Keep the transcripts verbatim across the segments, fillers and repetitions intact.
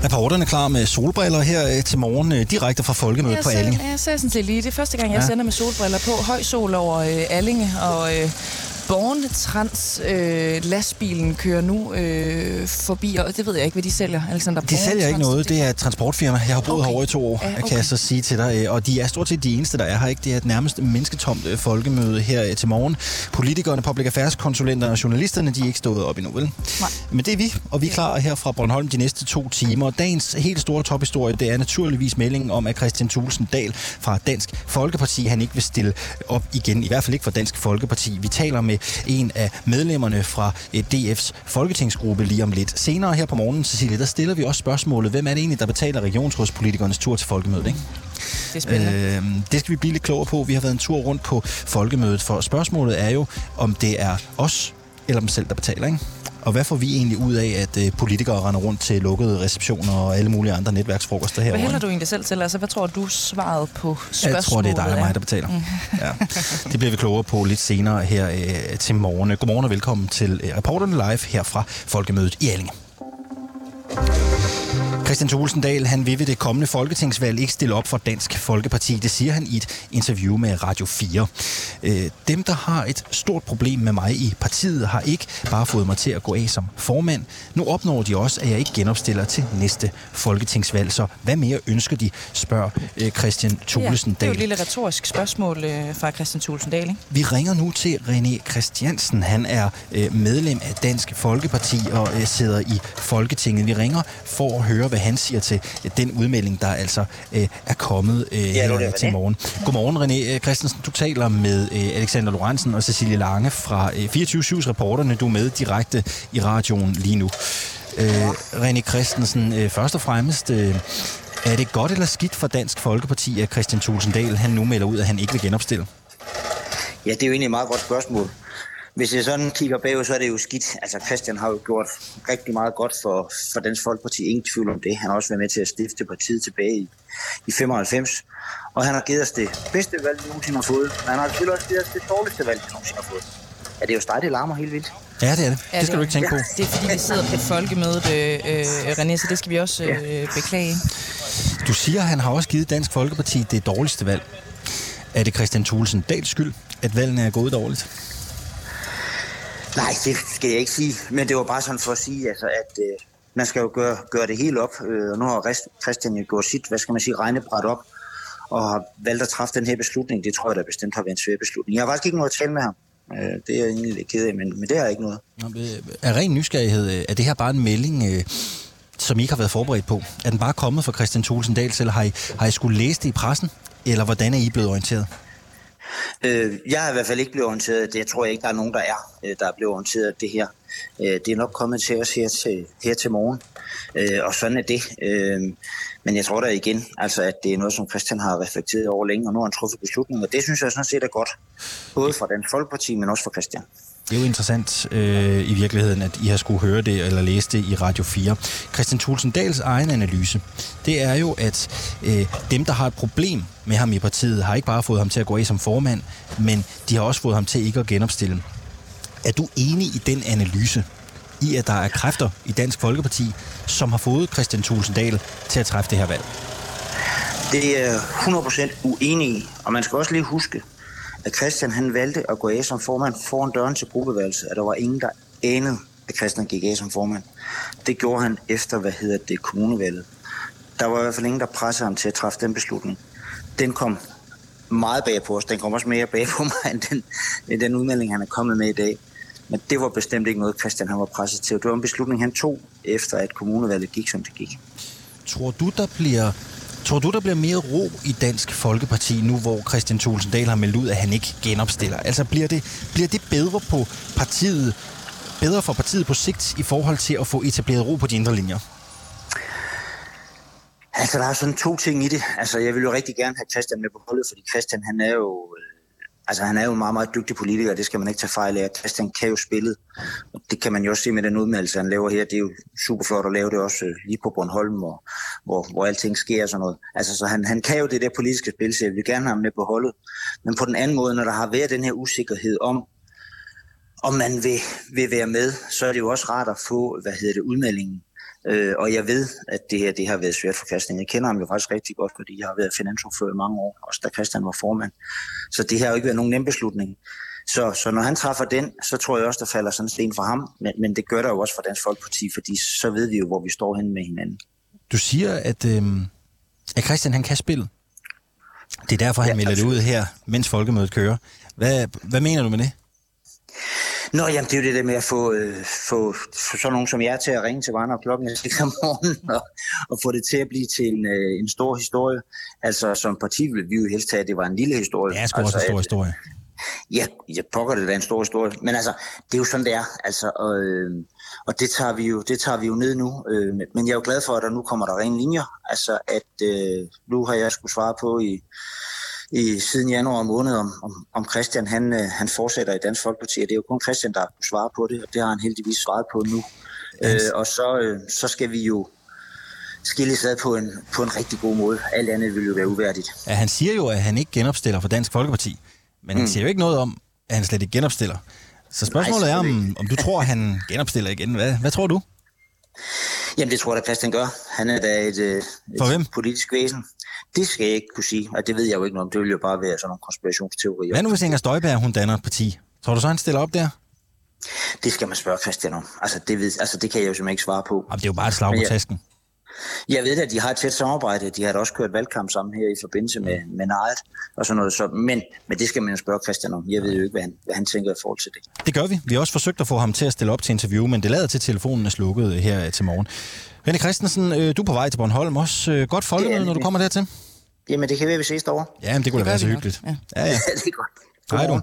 Reporterne klar med solbriller her til morgen, direkte fra Folkemødet på Allinge. Jeg sagde sådan set lige, det er første gang, jeg ja. sender med solbriller på. Høj sol over øh, Allinge, og øh, Born-Trans øh, lastbilen kører nu øh, forbi, og det ved jeg ikke, hvad de sælger, Alexander. De sælger ikke noget, det er et transportfirma. Jeg har boet okay. herovre i to år, ja, okay. kan jeg så sige til dig. Og de er stort set de eneste, der er her, ikke? Det er et nærmest mennesketomt folkemøde her til morgen. Politikerne, public affairs-konsulenterne og journalisterne, de er ikke stået op endnu, vel? Nej. Men det er vi, og vi er klar her fra Bornholm de næste to timer. Dagens helt store tophistorie, det er naturligvis meldingen om, at Kristian Thulesen Dahl fra Dansk Folkeparti, han ikke vil stille op igen, i hvert fald ikke for Dansk Folkeparti. Vi taler med en af medlemmerne fra D F's folketingsgruppe lige om lidt. Senere her på morgenen, Cecilie, der stiller vi også spørgsmålet, hvem er det egentlig, der betaler regionsrådspolitikernes tur til folkemødet, ikke? Det er spændende. Øh, det skal vi blive lidt klogere på. Vi har været en tur rundt på folkemødet, for spørgsmålet er jo, om det er os eller dem selv, der betaler, ikke? Og hvad får vi egentlig ud af, at øh, politikere render rundt til lukkede receptioner og alle mulige andre netværksfrokoster herovre? Hvad hælder du egentlig selv til? Altså, hvad tror du svaret på spørgsmålet? Jeg tror, det er dig og mig, der betaler. Mm. Ja. Det bliver vi klogere på lidt senere her øh, til morgen. Godmorgen og velkommen til øh, Reporterne Live her fra Folkemødet i Allinge. Kristian Thulesen Dahl, han vil ved det kommende folketingsvalg ikke stille op for Dansk Folkeparti. Det siger han i et interview med Radio fire. Dem, der har et stort problem med mig i partiet, har ikke bare fået mig til at gå af som formand. Nu opnår de også, at jeg ikke genopstiller til næste folketingsvalg. Så hvad mere ønsker de, spørger Kristian Thulesen Dahl. Ja, det er jo et lille retorisk spørgsmål fra Kristian Thulesen Dahl, ikke? Vi ringer nu til René Christiansen. Han er medlem af Dansk Folkeparti og sidder i Folketinget. Vi ringer for at høre, hvad han siger til den udmelding, der altså øh, er kommet øh, ja, her til morgen. Godmorgen, René Christensen. Du taler med øh, Alexander Lorentzen og Cecilie Lange fra øh, fireogtyve syv's Reporterne. Du er med direkte i radioen lige nu. Øh, René Christensen, øh, først og fremmest, øh, er det godt eller skidt for Dansk Folkeparti, at Kristian Thulesen Dahl han nu melder ud, at han ikke vil genopstille? Ja, det er jo egentlig et meget godt spørgsmål. Hvis jeg sådan kigger bagud, så er det jo skidt. Altså, Christian har jo gjort rigtig meget godt for, for Dansk Folkeparti. Ingen tvivl om det. Han har også været med til at stifte partiet tilbage i, i femoghalvfems. Og han har givet os det bedste valg, vi nogensinde har fået. Men han har selvfølgelig også givet os det dårligste valg, vi nogensinde har fået. Ja, det er jo stadig, det larmer helt vildt. Ja, det er det. Det skal du ikke tænke på. Det er fordi, vi sidder på folkemødet, øh, René, så det skal vi også øh, beklage. Du siger, at han har også givet Dansk Folkeparti det dårligste valg. Er det Kristian Thulesen Dahls skyld, at valgene er gået dårligt? Nej, det skal jeg ikke sige, men det var bare sådan for at sige, altså, at øh, man skal jo gøre, gøre det helt op, øh, og nu har Christian jo gjort sit, hvad skal man sige, regnebræt op, og har valgt at træffe den her beslutning. Det tror jeg da bestemt har været en svær beslutning. Jeg har faktisk ikke noget at tale med ham. Øh, det er jeg egentlig lidt ked af, men, men det er ikke noget. Er ren nysgerrighed, er det her bare en melding, øh, som I ikke har været forberedt på? Er den bare kommet fra Kristian Thulesen Dahl selv? Har I, har I skulle læse det i pressen, eller hvordan er I blevet orienteret? Øh, jeg er i hvert fald ikke blevet orienteret. Det jeg tror jeg ikke, der er nogen, der er, der er blevet orienteret af det her. Øh, det er nok kommet til os her til, her til morgen, øh, og sådan er det. Øh, men jeg tror da igen, altså, at det er noget, som Christian har reflekteret over længe, og nu har han truffet beslutninger. Det synes jeg sådan set er godt, både fra Dansk Folkeparti, men også fra Christian. Det er jo interessant øh, i virkeligheden, at I har skulle høre det eller læse det i Radio fire. Kristian Thulesen Dahls egen analyse, det er jo, at øh, dem, der har et problem med ham i partiet, har ikke bare fået ham til at gå af som formand, men de har også fået ham til ikke at genopstille. Er du enig i den analyse, i at der er kræfter i Dansk Folkeparti, som har fået Kristian Thulesen Dahl til at træffe det her valg? Det er hundrede procent uenig i, og man skal også lige huske, at Christian han valgte at gå af som formand foran døren til gruppeværelset, at der var ingen, der anede, at Christian gik af som formand. Det gjorde han efter, hvad hedder det, kommunevalget. Der var i hvert fald ingen, der pressede ham til at træffe den beslutning. Den kom meget bag på os. Den kom også mere bag på mig, end den, end den udmelding, han er kommet med i dag. Men det var bestemt ikke noget, Christian han var presset til. Det var en beslutning, han tog, efter at kommunevalget gik, som det gik. Tror du, der bliver... Tror du, der bliver mere ro i Dansk Folkeparti nu, hvor Kristian Thulesen Dahl har meldt ud, at han ikke genopstiller? Altså, bliver det, bliver det bedre på partiet, bedre for partiet på sigt i forhold til at få etableret ro på de indre linjer? Altså, der er sådan to ting i det. Altså, jeg vil jo rigtig gerne have Christian med på holdet, fordi Christian, han er jo... Altså, han er jo en meget, meget dygtig politiker, det skal man ikke tage fejl af. Christian kan jo spillet, og det kan man jo også se med den udmeldelse, han laver her. Det er jo super flot at lave det også lige på Bornholm, hvor, hvor, hvor alting sker og sådan noget. Altså, så han, han kan jo det der politiske spil, så jeg vil gerne have ham med på holdet. Men på den anden måde, når der har været den her usikkerhed om, om man vil, vil være med, så er det jo også rart at få, hvad hedder det, udmeldingen Øh, og jeg ved, at det her det har været svært for Christian. Jeg kender ham jo faktisk rigtig godt, fordi jeg har været finansordfører i mange år, også da Christian var formand. Så det her har jo ikke været nogen nem beslutning. Så, så når han træffer den, så tror jeg også, der falder sådan en sten for ham. Men, men det gør der jo også for Dansk Folkeparti, fordi så ved vi jo, hvor vi står henne med hinanden. Du siger, at, øh, at Christian han kan spille. Det er derfor, han ja, melder det ud her, mens folkemødet kører. Hvad, hvad mener du med det? Nå, jamen, det er jo det der med at få, øh, få sådan nogen som jeg til at ringe til hverandre klokken seks om morgenen og, og få det til at blive til en, øh, en stor historie. Altså, som parti ville vi jo helst have, at det var en lille historie. Ja, sgu altså, også en stor at, historie. Ja, jeg pokker det, det er en stor historie. Men altså, det er jo sådan, det er. Altså, og, øh, og det tager vi jo, det tager vi jo ned nu. Øh, men jeg er jo glad for, at der nu kommer der rene linjer. Altså, at øh, nu har jeg skulle svare på i... I, siden januar måned, om, om, om Christian han, han fortsætter i Dansk Folkeparti, og det er jo kun Christian, der har kunnet svare på det, og det har han heldigvis svaret på nu. Yes. Øh, og så, øh, så skal vi jo skilles ad på en, på en rigtig god måde. Alt andet vil jo være uværdigt. Ja, han siger jo, at han ikke genopstiller for Dansk Folkeparti, men mm. han siger jo ikke noget om, at han slet ikke genopstiller. Så spørgsmålet Nej, er, om, om du tror, han genopstiller igen. Hvad, hvad tror du? Jamen, det tror jeg da Christian gør. Han er da et, et politisk væsen. Det skal jeg ikke kunne sige, og det ved jeg jo ikke noget om. Det vil jo bare være sådan nogle konspirationsteorier. Hvad nu, hvis Inger Støjberg, hun danner et parti? Tror du så, han stiller op der? Det skal man spørge Christian om. Altså, det, ved, altså, det kan jeg jo simpelthen ikke svare på. Jamen, det er jo bare et slag på tasken. Jeg ved at de har et tæt samarbejde. De har da også kørt valgkamp sammen her i forbindelse med, med Naret og sådan noget. Så, men, men det skal man jo spørge Christian om. Jeg ved jo ikke, hvad han, hvad han tænker i forhold til det. Det gør vi. Vi har også forsøgt at få ham til at stille op til interview, men det lader til, at telefonen er slukket her til morgen. René Christensen, du er på vej til Bornholm. Også godt folkemøde, når du kommer dertil. Jamen, det kan være, vi ses derovre. Jamen, det kunne det da være så hyggeligt. Ja, ja. ja. ja det er godt. Hej du.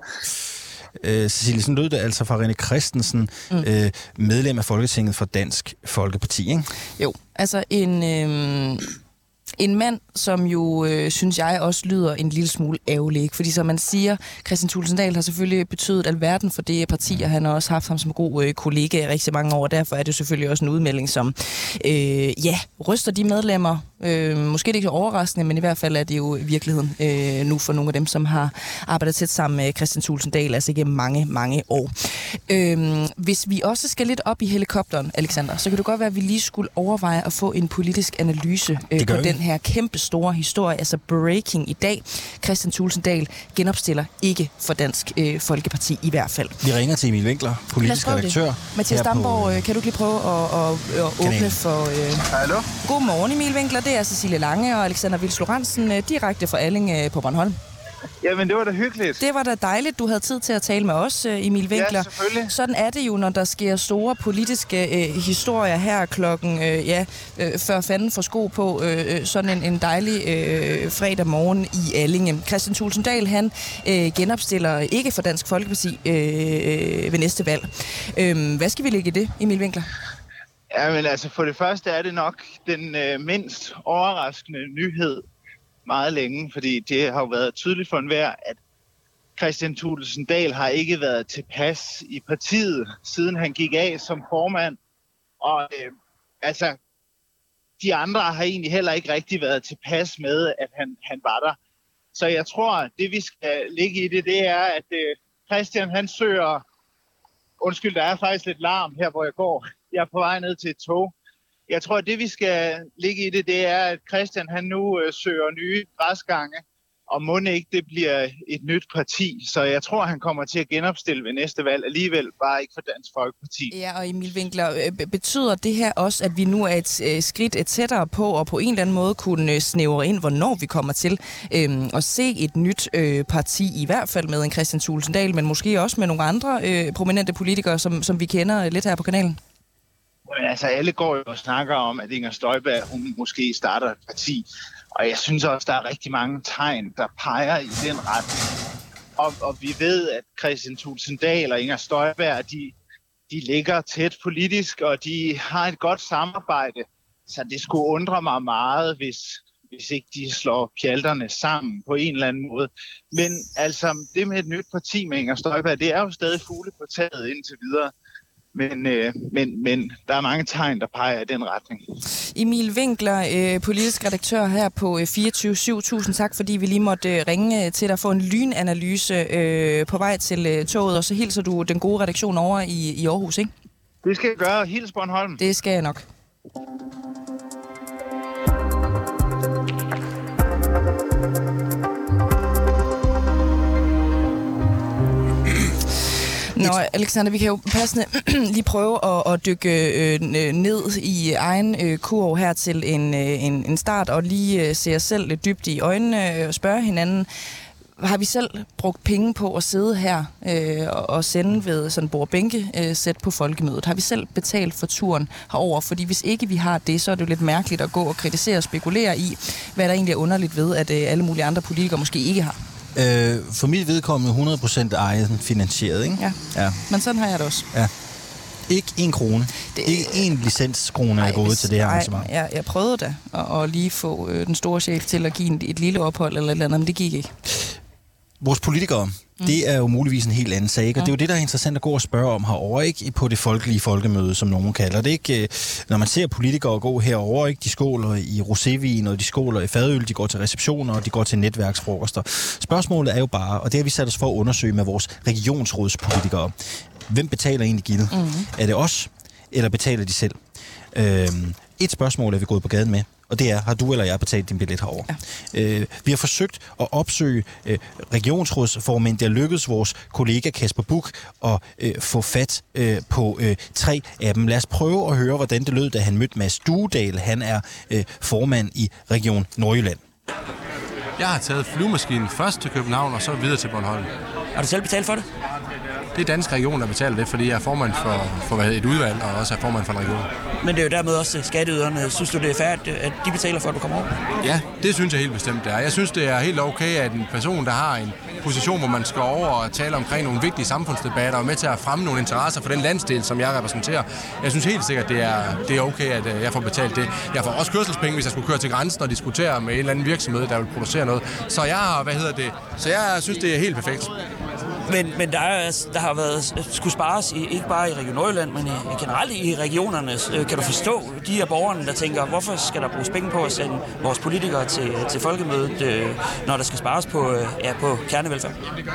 Øh, Cecilie, sådan lød det altså fra René Christensen, mm. øh, medlem af Folketinget for Dansk Folkeparti, ikke? Jo, altså en... Øh... En mand, som jo, øh, synes jeg, også lyder en lille smule ærgerlig, ikke? Fordi som man siger, Kristian Thulesen Dahl har selvfølgelig betydet alverden for det parti, og han har også haft ham som god øh, kollega i rigtig mange år, og derfor er det selvfølgelig også en udmelding, som øh, ja, ryster de medlemmer. Øh, måske det ikke så overraskende, men i hvert fald er det jo i virkeligheden øh, nu for nogle af dem, som har arbejdet tæt sammen med Kristian Thulesen Dahl, altså igennem mange, mange år. Øh, hvis vi også skal lidt op i helikopteren, Alexander, så kan det godt være, at vi lige skulle overveje at få en politisk analyse øh, på den her kæmpe store historie, altså breaking i dag. Kristian Thulesen Dahl genopstiller ikke for Dansk øh, Folkeparti i hvert fald. Vi ringer til Emil Winkler, politisk redaktør. Mathias Damborg, øh, kan du lige prøve at, at, at åbne for... Øh... Hallo? Godmorgen, Emil Winkler. Det er Cecilie Lange og Alexander Vils Lorentzen, øh, direkte fra Alling øh, på Bornholm. Jamen, det var da hyggeligt. Det var da dejligt, du havde tid til at tale med os, Emil Winkler. Ja, selvfølgelig. Sådan er det jo, når der sker store politiske øh, historier her klokken, øh, ja, øh, før fanden får sko på, øh, sådan en, en dejlig øh, fredag morgen i Allinge. Kristian Thulesen Dahl, han øh, genopstiller ikke for Dansk Folkeparti øh, ved næste valg. Øh, hvad skal vi lægge i det, Emil Winkler? Jamen, altså, for det første er det nok den øh, mindst overraskende nyhed meget længe, fordi det har jo været tydeligt for enhver, at Kristian Thulesen Dahl har ikke været tilpas i partiet, siden han gik af som formand. Og øh, altså, de andre har egentlig heller ikke rigtig været tilpas med, at han, han var der. Så jeg tror, at det vi skal ligge i det, det er, at øh, Kristian han søger... Undskyld, der er faktisk lidt larm her, hvor jeg går. Jeg er på vej ned til et tog. Jeg tror, at det vi skal ligge i det, det er, at Kristian han nu øh, søger nye græsgange, og må ikke det bliver et nyt parti. Så jeg tror, han kommer til at genopstille ved næste valg, alligevel bare ikke for Dansk Folkeparti. Ja, og Emil Winkler, øh, betyder det her også, at vi nu er et øh, skridt et tættere på, og på en eller anden måde kunne øh, snævre ind, hvornår vi kommer til øh, at se et nyt øh, parti, i hvert fald med en Kristian Thulesen Dahl, men måske også med nogle andre øh, prominente politikere, som, som vi kender lidt her på kanalen? Men altså, alle går jo og snakker om, at Inger Støjberg, hun måske starter et parti. Og jeg synes også, der er rigtig mange tegn, der peger i den retning. Og, og vi ved, at Kristian Thulesen Dahl og Inger Støjberg, de, de ligger tæt politisk, og de har et godt samarbejde. Så det skulle undre mig meget, hvis, hvis ikke de slår pjalterne sammen på en eller anden måde. Men altså, det med et nyt parti med Inger Støjberg, det er jo stadig fugle på taget indtil videre. Men, øh, men, men der er mange tegn, der peger i den retning. Emil Winkler, øh, politisk redaktør her på fireogtyve syv. Tusind tak, fordi vi lige måtte ringe til dig og få en lynanalyse øh, på vej til øh, toget. Og så hilser du den gode redaktion over i, i Aarhus, ikke? Det skal jeg gøre. Hils Bornholm. Det skal jeg nok. Nå, Alexander, vi kan jo passende lige prøve at, at dykke øh, ned i egen øh, kurv her til en, øh, en, en start, og lige øh, se os selv lidt dybt i øjnene og spørge hinanden. Har vi selv brugt penge på at sidde her øh, og, og sende ved sådan bord-bænke-sæt øh, på folkemødet? Har vi selv betalt for turen herover? Fordi hvis ikke vi har det, så er det jo lidt mærkeligt at gå og kritisere og spekulere i, hvad der egentlig er underligt ved, at øh, alle mulige andre politikere måske ikke har. Øh, for mit vedkommende hundrede procent ejet finansieret, ikke? Ja. ja, men sådan har jeg det også. Ja. Ikke en krone. Det, ikke en licenskrone er gået til det her arrangement. Jeg, jeg prøvede da at, at lige få øh, den store chef til at give en, et lille ophold eller et eller andet, men det gik ikke. Vores politikere, mm. det er jo muligvis en helt anden sag, og ja. Det er jo det, der er interessant at gå og spørge om herovre, ikke? På det folkelige folkemøde, som nogen kalder det, ikke? Når man ser politikere gå herover, ikke? De skåler i rosévin, og de skåler i fadøl, de går til receptioner, og de går til netværksfrokoster. Spørgsmålet er jo bare, og det har vi sat os for at undersøge med vores regionsrådspolitikere. Hvem betaler egentlig gildet? Mm. Er det os, eller betaler de selv? Øhm, et spørgsmål er vi gået på gaden med, og det er, har du eller jeg betalt din billet herover? Ja. Øh, vi har forsøgt at opsøge øh, regionsrådsformænd, der lykkedes vores kollega Kasper Buch at øh, få fat øh, på øh, tre af dem. Lad os prøve at høre, hvordan det lød, da han mødte Mads Duedal. Han er øh, formand i Region Nordjylland. Jeg har taget flyvemaskinen først til København, og så videre til Bornholm. Har du selv betalt for det? Det er Dansk Region, der betaler det, fordi jeg er formand for, for hvad, et udvalg, og også er formand for en region. Men det er jo dermed også skatteyderne. Synes du, det er fair, at de betaler for, at du kommer over? Ja, det synes jeg helt bestemt, det er. Jeg synes, det er helt okay, at en person, der har en position, hvor man skal over og tale omkring nogle vigtige samfundsdebatter, og med til at fremme nogle interesser for den landsdel, som jeg repræsenterer. Jeg synes helt sikkert, det er, det er okay, at jeg får betalt det. Jeg får også kørselspenge, hvis jeg skulle køre til grænsen og diskutere med en eller anden virksomhed, der vil producere noget. Så jeg har, hvad hedder det? Så jeg synes, det er helt perfekt. Men, men der, er, der har været skulle spares i, ikke bare i Region Nordjylland, men i, generelt i regionerne. Kan du forstå de her borgerne, der tænker, hvorfor skal der bruges penge på at sende vores politikere til, til folkemødet, når der skal spares på, ja, på kernevelfærd?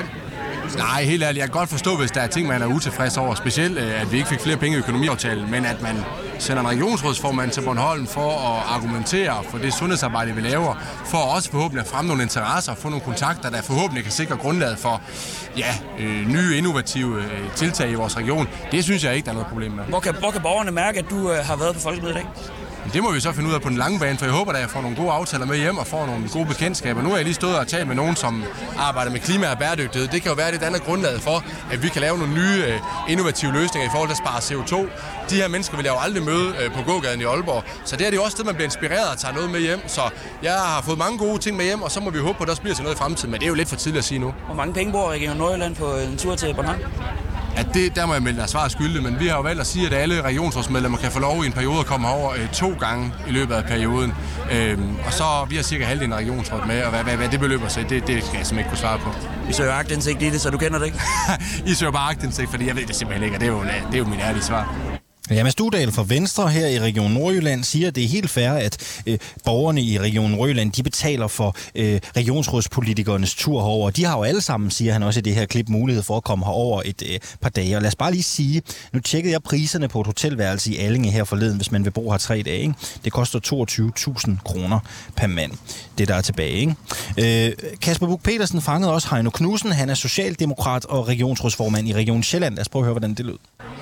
Nej, helt ærligt. Jeg kan godt forstå, hvis der er ting, man er utilfreds over. Specielt, at vi ikke fik flere penge i økonomiaftalen, men at man sender en regionsrådsformand til Bornholm for at argumentere for det sundhedsarbejde, vi laver, for også forhåbentlig at fremme nogle interesser, få nogle kontakter, der forhåbentlig kan sikre grundlaget for ja, øh, nye, innovative øh, tiltag i vores region. Det synes jeg ikke, der er noget problem med. Hvor kan, hvor kan borgerne mærke, at du øh, har været på folkemødet i dag? Det må vi så finde ud af på den lange bane, for jeg håber, at jeg får nogle gode aftaler med hjem og får nogle gode bekendtskaber. Nu har jeg lige stået og talt med nogen, som arbejder med klima og bæredygtighed. Det kan jo være det andet grundlag for, at vi kan lave nogle nye øh, innovative løsninger i forhold til at spare C O to. De her mennesker vil jeg jo aldrig møde øh, på gågaden i Aalborg. Så det er det jo også det, man bliver inspireret og tager noget med hjem. Så jeg har fået mange gode ting med hjem, og så må vi håbe på, at der også bliver til noget i fremtiden. Men det er jo lidt for tidligt at sige nu. Hvor mange penge bor Region Nordjylland på en tur til Bornholm? Ja, det, der må jeg melde dig svar skyldig, men vi har jo valgt at sige, at alle regionsrådsmedlemmer kan få lov i en periode at komme over øh, to gange i løbet af perioden. Øhm, og så vi har cirka halvdelen af regionsrådet med, og hvad, hvad, hvad det beløber sig, det, det kan jeg simpelthen ikke kunne svare på. I søger aktindsigt i det, så du kender det ikke? I søger bare aktindsigt, fordi jeg ved det simpelthen ikke, og det er jo, det er jo min ærlige svar. Ja, Mads Duedal fra Venstre her i Region Nordjylland siger, at det er helt fair, at øh, borgerne i Region Nordjylland, de betaler for øh, regionsrådspolitikernes tur herover. De har jo alle sammen, siger han også i det her klip, mulighed for at komme herover et øh, par dage. Og lad os bare lige sige, nu tjekkede jeg priserne på et hotelværelse i Allinge her forleden, hvis man vil bo her tre dage. Ikke? Det koster toogtyve tusind kroner per mand, det der er tilbage. Ikke? Øh, Kasper Buch Petersen fangede også Heino Knudsen. Han er socialdemokrat og regionsrådsformand i Region Sjælland. Lad os prøve at høre, hvordan det lød.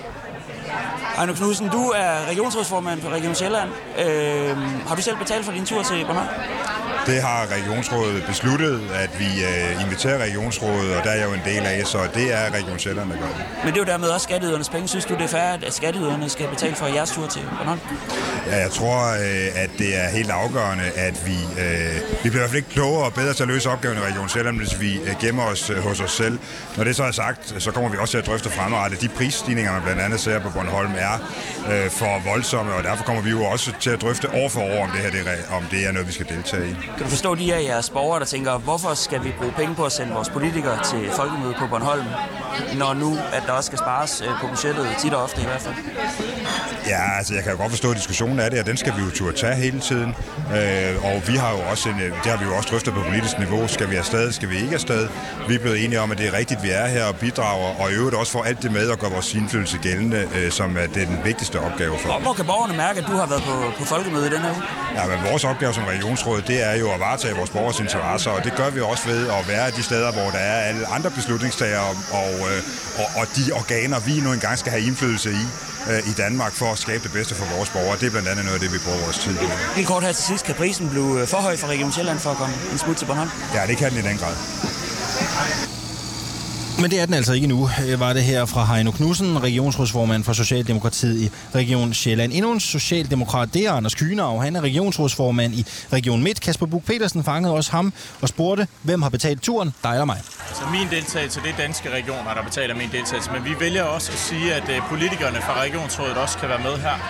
Heino Knudsen, du er regionsrådsformand for Region Sjælland. Øh, har du selv betalt for din tur til Bornholm? Det har regionsrådet besluttet, at vi øh, inviterer regionsrådet, og der er jeg jo en del af, så det er Region Sjælland, der gør det. Men det er jo dermed også skatteydernes penge. Synes du, det er fair, at skatteyderne skal betale for jeres tur til Bornholm? Ja, jeg tror, øh, at det er helt afgørende, at vi, øh, vi bliver i hvert fald ikke klogere og bedre til at løse opgaven i Region Sjælland, hvis vi øh, gemmer os øh, hos os selv. Når det så er sagt, så kommer vi også til at drøfte fremadrettet. De prisstigninger, man blandt andet ser på Bornholm, er øh, for voldsomme, og derfor kommer vi jo også til at drøfte år for år, om det her det er, om det er noget, vi skal deltage i. Kan du forstå de af jeres borgere, der tænker, hvorfor skal vi bruge penge på at sende vores politikere til folkemødet på Bornholm, når nu, at der også skal spares på budgettet, tit og ofte i hvert fald? Ja, altså jeg kan jo godt forstå diskussionen af det, og den skal vi jo turde tage hele tiden. Øh, og vi har jo også, en, det har vi jo også drøftet på politisk niveau. Skal vi afsted, skal vi ikke afsted? Vi er blevet enige om, at det er rigtigt, vi er her og bidrager, og i øvrigt også får alt det med at gøre vores indflydelse gældende, øh, som at det det er den vigtigste opgave for Hvor, hvor kan borgerne mærke, at du har været på, på folkemøde i den her uge? Ja, men vores opgave som regionsråd, det er jo at varetage vores borgers interesser, og det gør vi også ved at være de steder, hvor der er alle andre beslutningstagere og, og, og de organer, vi nu engang skal have indflydelse i i Danmark for at skabe det bedste for vores borgere. Det er blandt andet noget af det, vi bruger vores tid på. Helt kort her til sidst, kan prisen blive for høj for Region Sjælland for at komme en smut til Bornholm? Ja, det kan den i den grad. Men det er den altså ikke nu, var det her fra Heino Knudsen, regionsrådsformand for Socialdemokratiet i Region Sjælland. Endnu en socialdemokrat, det er Anders Kühnau. Han er regionsrådsformand i Region Midt. Kasper Buch-Petersen fangede også ham og spurgte, hvem har betalt turen, dig eller mig? Så min deltagelse, det er danske regioner, der betaler min deltagelse. Men vi vælger også at sige, at politikerne fra regionsrådet også kan være med her.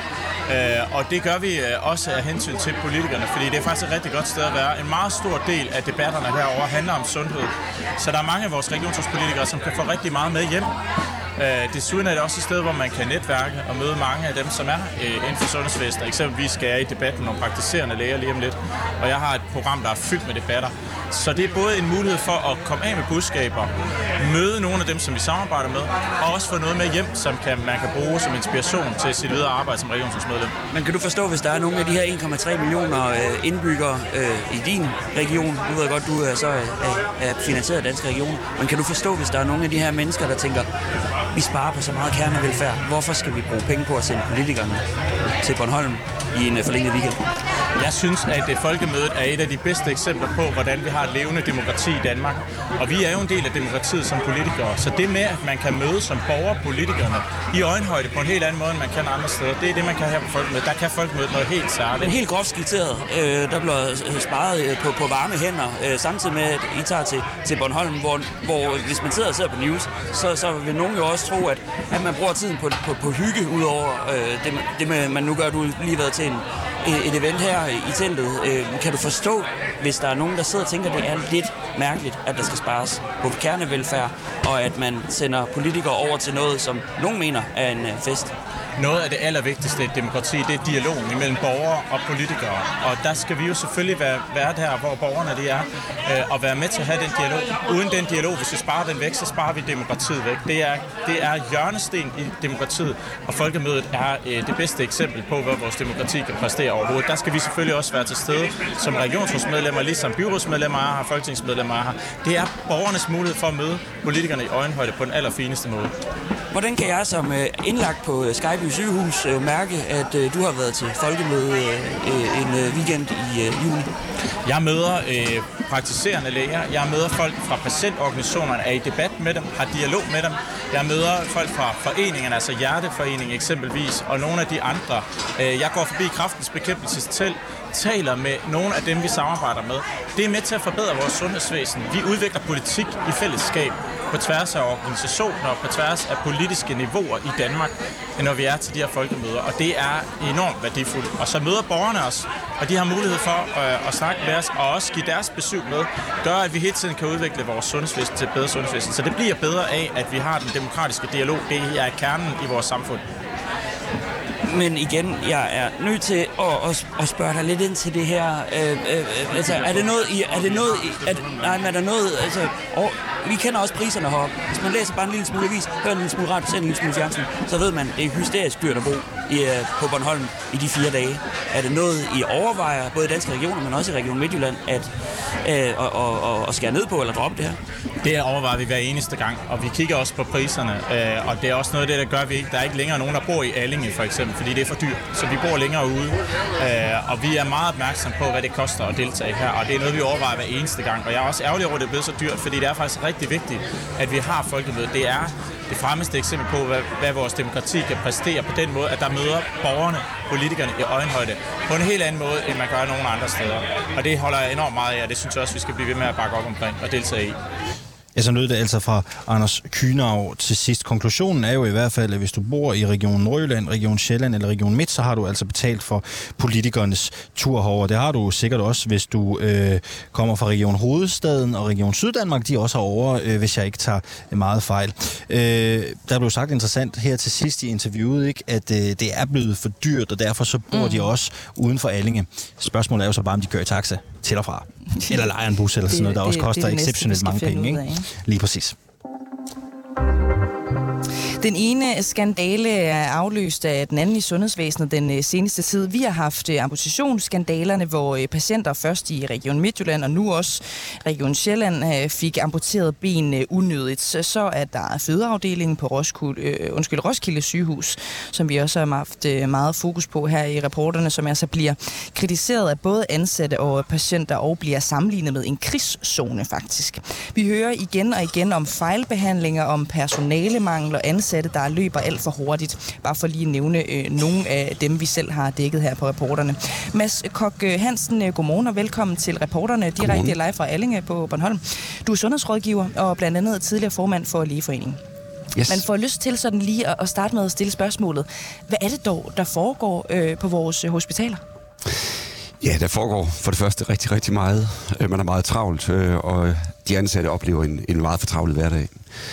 Og det gør vi også af hensyn til politikerne, fordi det er faktisk et rigtig godt sted at være. En meget stor del af debatterne herovre handler om sundhed. Så der er mange af vores regionsrådspolitikere, som kan få rigtig meget med hjem. Uh, desuden er det også et sted, hvor man kan netværke og møde mange af dem, som er uh, inden for sundhedsvæsenet. Eksempelvis skal jeg i debatten om praktiserende læger lige om lidt, og jeg har et program, der er fyldt med debatter. Så det er både en mulighed for at komme af med budskaber, møde nogle af dem, som vi samarbejder med, og også få noget med hjem, som kan, man kan bruge som inspiration til sit videre arbejde som regionsrådsmedlem. Men kan du forstå, hvis der er nogle af de her en komma tre millioner indbyggere øh, i din region, nu ved jeg godt, du er så er, er finansieret af danske regioner, men kan du forstå, hvis der er nogle af de her mennesker, der tænker, vi sparer på så meget kernevelfærd, hvorfor skal vi bruge penge på at sende politikerne til Bornholm i en forlænget weekend? Jeg synes, at folkemødet er et af de bedste eksempler på, hvordan vi har et levende demokrati i Danmark. Og vi er jo en del af demokratiet som politikere. Så det med, at man kan møde som borgerpolitikerne i øjenhøjde på en helt anden måde, end man kan andre steder, det er det, man kan her på folkemødet. Der kan folkemødet noget helt særligt. Men helt groft skitseret, øh, der bliver sparet på, på varme hænder, øh, samtidig med, at I tager til, til Bornholm, hvor, hvor hvis man sidder og ser på news, så, så vil nogen jo også tro, at, at man bruger tiden på, på, på hygge, udover øh, det, det med, man nu gør, du lige været til en et event her i teltet. Kan du forstå, hvis der er nogen, der sidder og tænker, at det er lidt mærkeligt, at der skal spares på kernevelfærd, og at man sender politikere over til noget, som nogen mener er en fest? Noget af det allervigtigste i et demokrati, det er dialogen imellem borgere og politikere. Og der skal vi jo selvfølgelig være, være der, hvor borgerne de er, øh, og være med til at have den dialog. Uden den dialog, hvis vi sparer den væk, så sparer vi demokratiet væk. Det er, det er hjørnesten i demokratiet, og folkemødet er øh, det bedste eksempel på, hvad vores demokrati kan præstere overhovedet. Der skal vi selvfølgelig også være til stede som regionsrådsmedlemmer, ligesom byrådsmedlemmer er her, folketingsmedlemmer er her. Det er borgernes mulighed for at møde politikerne i øjenhøjde på den allerfineste måde. Hvordan kan jeg som indlagt på Skyby sygehus mærke, at du har været til folkemøde en weekend i juni? Jeg møder øh, praktiserende læger, jeg møder folk fra patientorganisationerne, er i debat med dem, har dialog med dem. Jeg møder folk fra foreningerne, altså Hjerteforeningen eksempelvis, og nogle af de andre. Jeg går forbi Kræftens Bekæmpelses telt, taler med nogle af dem, vi samarbejder med. Det er med til at forbedre vores sundhedsvæsen. Vi udvikler politik i fællesskab på tværs af organisationer og på tværs af politiske niveauer i Danmark, når vi er til de her folkemøder, og det er enormt værdifuldt. Og så møder borgerne os, og de har mulighed for øh, at snakke med os, og også give deres besøg med, gør, at vi hele tiden kan udvikle vores sundhedsvæsen til et bedre sundhedsvæsen. Så det bliver bedre af, at vi har den demokratiske dialog. Det er kernen i vores samfund. Men igen, jeg er nødt til at, at, at spørge dig lidt ind til det her. Øh, øh, altså, er det noget i... Er det noget i... Er, nej, men er der noget... Altså, og vi kender også priserne heroppe. Hvis man læser bare en lille smule avis, hører en lille smule radio, ser en lille smule fjernsyn, så ved man, det er hysterisk dyrt at bo i, på Bornholm i de fire dage. Er det noget, I overvejer, både i danske regioner, men også i Region Midtjylland, at, øh, og, og, og, at skære ned på eller droppe det her? Det overvejer vi hver eneste gang, og vi kigger også på priserne, øh, og det er også noget af det, der gør, at vi ikke, der er ikke længere nogen, der bor i Allinge for eksempel, fordi det er for dyrt, så vi bor længere ude, øh, og vi er meget opmærksomme på, hvad det koster at deltage her, og det er noget, vi overvejer hver eneste gang, og jeg er også ærgerlig over, at det er blevet så dyrt, fordi det er faktisk rigtig vigtigt, at vi har folkemøde. Det er det fremmeste eksempel på, hvad, hvad vores demokrati kan præstere på den måde, at der møder borgerne, politikerne i øjenhøjde på en helt anden måde, end man gør nogen andre steder. Og det holder jeg enormt meget af, og det synes jeg også, vi skal blive ved med at bakke op omkring og deltage i. Ja, så lød det altså fra Anders Kühnau til sidst. Konklusionen er jo i hvert fald, at hvis du bor i Region Nordjylland, Region Sjælland eller Region Midt, så har du altså betalt for politikernes tur herover. Det har du sikkert også, hvis du øh, kommer fra Region Hovedstaden og Region Syddanmark. De er også herovre, øh, hvis jeg ikke tager meget fejl. Øh, der blev sagt interessant her til sidst i interviewet, ikke, at øh, det er blevet for dyrt, og derfor så bor mm. de også uden for Allinge. Spørgsmålet er jo så bare, om de kører i taxa til og fra. Eller lejer en bus eller sådan noget, der det, også koster exceptionelt mange penge. Ikke? Lige præcis. Den ene skandale er afløst af den anden i sundhedsvæsenet den seneste tid. Vi har haft amputationsskandalerne, hvor patienter først i Region Midtjylland og nu også Region Sjælland fik amputeret ben unødigt. Så er der fødeafdelingen på Roskilde, øh, undskyld, Roskilde sygehus, som vi også har haft meget fokus på her i reporterne, som altså bliver kritiseret af både ansatte og patienter og bliver sammenlignet med en krigszone faktisk. Vi hører igen og igen om fejlbehandlinger, om personalemangel og ansatte, der løber alt for hurtigt. Bare for lige at nævne øh, nogle af dem, vi selv har dækket her på reporterne. Mads Kok Hansen, godmorgen og velkommen til reporterne direkte live fra Allinge på Bornholm. Du er sundhedsrådgiver og blandt andet tidligere formand for Lægeforeningen. Yes. Man får lyst til sådan lige at starte med at stille spørgsmålet. Hvad er det dog, der foregår øh, på vores hospitaler? Ja, der foregår for det første rigtig, rigtig meget. Man er meget travlt, og de ansatte oplever en, en meget fortravlet hverdag.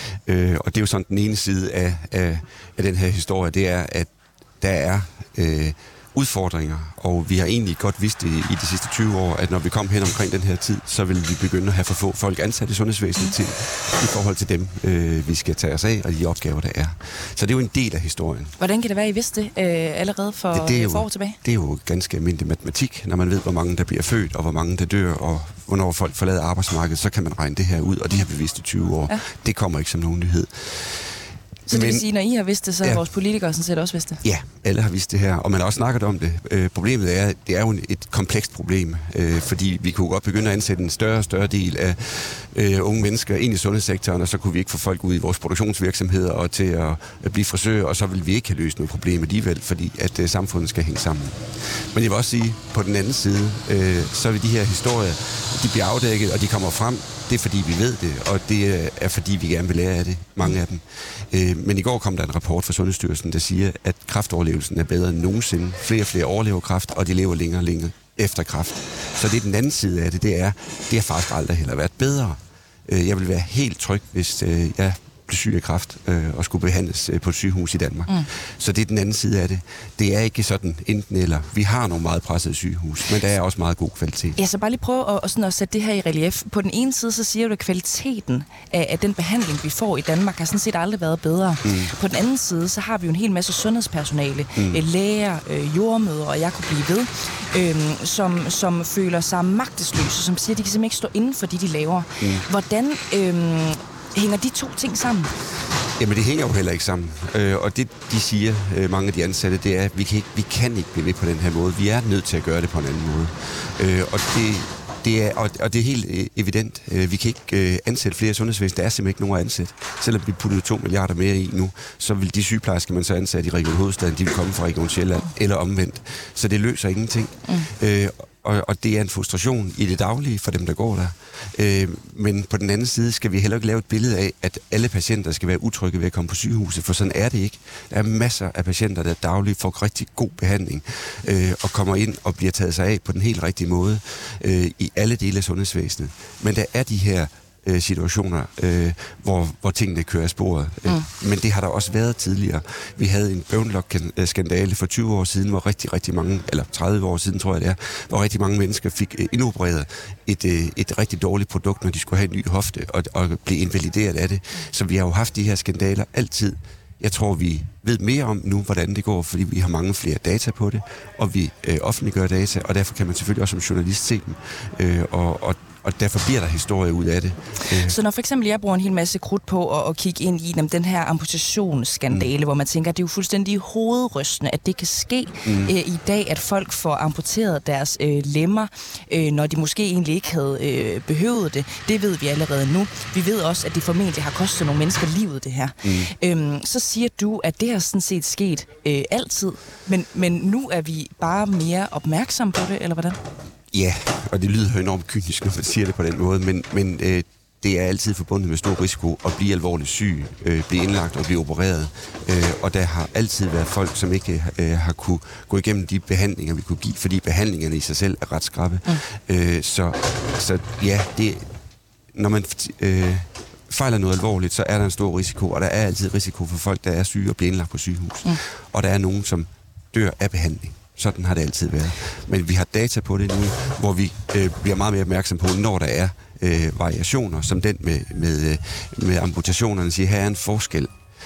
Og det er jo sådan den ene side af, af, af den her historie, det er, at der er øh, udfordringer, og vi har egentlig godt vidst det i de sidste tyve år, at når vi kom hen omkring den her tid, så vil vi begynde at have for få folk ansat i sundhedsvæsenet til, i forhold til dem, øh, vi skal tage os af, og de opgaver, der er. Så det er jo en del af historien. Hvordan kan det være, at I vidste det øh, allerede for, det, det jo, for år tilbage? Det er jo ganske almindelig matematik, når man ved, hvor mange der bliver født, og hvor mange der dør, og hvornår folk forlader arbejdsmarkedet, så kan man regne det her ud, og det har vi vidst i tyve år. Ja. Det kommer ikke som nogen nyhed. Så det vil Men, sige, når I har vidst det, så har ja, vores politikere sådan set også vidst det? Ja, alle har vidst det her, og man har også snakket om det. Øh, problemet er, det er jo et komplekst problem, øh, fordi vi kunne godt begynde at ansætte en større og større del af øh, unge mennesker ind i sundhedssektoren, og så kunne vi ikke få folk ud i vores produktionsvirksomheder og til at, at blive frisører, og så vil vi ikke have løst noget problem alligevel, fordi at øh, samfundet skal hænge sammen. Men jeg vil også sige, på den anden side, øh, så vil de her historier, de bliver afdækket, og de kommer frem. Det er fordi, vi ved det, og det er fordi, vi gerne vil lære af det, mange af dem. Men i går kom der en rapport fra Sundhedsstyrelsen, der siger, at kræftoverlevelsen er bedre end nogensinde. Flere og flere overlever kræft, og de lever længere og længere efter kræft. Så det er den anden side af det, det er, det har faktisk aldrig heller været bedre. Jeg vil være helt tryg, hvis jeg blev syg af kræft øh, og skulle behandles øh, på et sygehus i Danmark. Mm. Så det er den anden side af det. Det er ikke sådan enten eller. Vi har nogle meget pressede sygehus, men der er også meget god kvalitet. Ja, så bare lige prøve at, sådan at sætte det her i relief. På den ene side, så siger du, at kvaliteten af, af den behandling, vi får i Danmark, har sådan set aldrig været bedre. Mm. På den anden side, så har vi jo en hel masse sundhedspersonale, mm. læger, øh, jordmødre, og jeg kunne blive ved, øh, som, som føler sig magtesløse, som siger, at de kan simpelthen ikke stå inden for det, de laver. Mm. Hvordan Øh, hænger de to ting sammen? Jamen, det hænger jo heller ikke sammen. Øh, og det, de siger, øh, mange af de ansatte, det er, at vi kan, ikke, vi kan ikke blive ved på den her måde. Vi er nødt til at gøre det på en anden måde. Øh, og, det, det er, og, og det er helt øh, evident. Øh, vi kan ikke øh, ansætte flere sundhedsvæsen. Der er simpelthen ikke nogen at ansætte. Selvom vi puttede to milliarder mere i nu, så vil de sygeplejersker, man så ansat i Region Hovedstaden, de vil komme fra Region Sjælland eller omvendt. Så det løser ingenting. Mm. Øh, Og, og det er en frustration i det daglige for dem, der går der. Øh, men på den anden side skal vi heller ikke lave et billede af, at alle patienter skal være utrygge ved at komme på sygehuset, for sådan er det ikke. Der er masser af patienter, der dagligt får rigtig god behandling øh, og kommer ind og bliver taget sig af på den helt rigtige måde øh, i alle dele af sundhedsvæsenet. Men der er de her øh, situationer, øh, hvor, hvor tingene kører af sporet. Mm. Øh, men det har der også været tidligere. Vi havde en bøvnlok-skandale for tyve år siden, hvor rigtig, rigtig mange, eller tredive år siden, tror jeg det er, hvor rigtig mange mennesker fik øh, indopereret et, øh, et rigtig dårligt produkt, når de skulle have en ny hofte, og, og blive invalideret af det. Så vi har jo haft de her skandaler altid. Jeg tror, vi ved mere om nu, hvordan det går, fordi vi har mange flere data på det, og vi øh, offentliggør data, og derfor kan man selvfølgelig også som journalist se dem. Øh, og, og Og derfor bliver der historie ud af det. Så når for eksempel jeg bruger en hel masse krudt på at, at kigge ind i dem, den her amputationsskandale, mm. hvor man tænker, at det er jo fuldstændig hovedrystende, at det kan ske mm. øh, i dag, at folk får amputeret deres øh, lemmer, øh, når de måske egentlig ikke havde øh, behøvet det. Det ved vi allerede nu. Vi ved også, at det formentlig har kostet nogle mennesker livet, det her. Mm. Øhm, så siger du, at det har sådan set sket øh, altid, men, men nu er vi bare mere opmærksomme på det, eller hvordan? Ja, og det lyder enormt kynisk, når man siger det på den måde, men, men øh, det er altid forbundet med stor risiko at blive alvorligt syg, øh, blive indlagt og blive opereret. Øh, og der har altid været folk, som ikke øh, har kunne gå igennem de behandlinger, vi kunne give, fordi behandlingerne i sig selv er ret skrappe. Mm. Øh, så, så ja, det, når man øh, fejler noget alvorligt, så er der en stor risiko, og der er altid risiko for folk, der er syge og bliver indlagt på sygehus. Mm. Og der er nogen, som dør af behandling. Sådan har det altid været. Men vi har data på det nu, hvor vi øh, bliver meget mere opmærksom på, når der er øh, variationer, som den med, med, med amputationerne, siger, her er en forskel.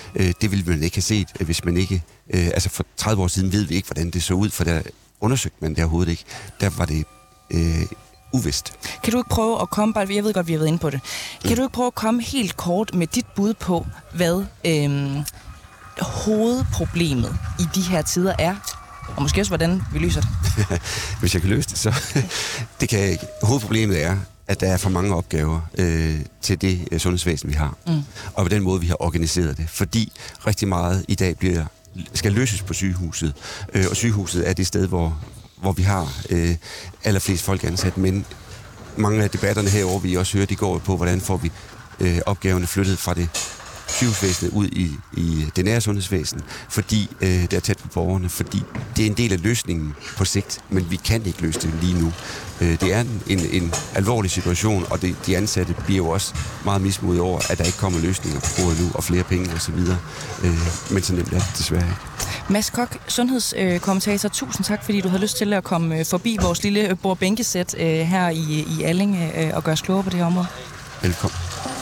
Øh, det ville man ikke have set, hvis man ikke... Øh, altså for tredive år siden ved vi ikke, hvordan det så ud, for der undersøgte man det overhovedet ikke. Der var det øh, uvist. Kan du ikke prøve at komme, bare, jeg ved godt, vi har været inde på det, kan mm. du ikke prøve at komme helt kort med dit bud på, hvad øh, hovedproblemet i de her tider er? Og måske også, hvordan vi løser det. Hvis jeg kan løse det, så... det kan jeg ikke. Hovedproblemet er, at der er for mange opgaver øh, til det øh, sundhedsvæsen, vi har. Mm. Og på den måde, vi har organiseret det. Fordi rigtig meget i dag bliver, skal løses på sygehuset. Øh, og sygehuset er det sted, hvor, hvor vi har øh, allerflest folk ansat. Men mange af debatterne herovre, vi også hører, de går på, hvordan får vi øh, opgaverne flyttet fra det sygehusvæsenet ud i, i det nære sundhedsvæsen, fordi øh, det er tæt på borgerne, fordi det er en del af løsningen på sigt, men vi kan ikke løse det lige nu. Øh, det er en, en, en alvorlig situation, og det, de ansatte bliver jo også meget mismodige over, at der ikke kommer løsninger på bordet nu, og flere penge osv. Øh, men så nemt er det desværre ikke. Mads Kok, sundhedskommentator, tusind tak, fordi du havde lyst til at komme forbi vores lille bord-bænkesæt øh, her i, i Alling øh, og gøre os klogere på det her område. Velkommen.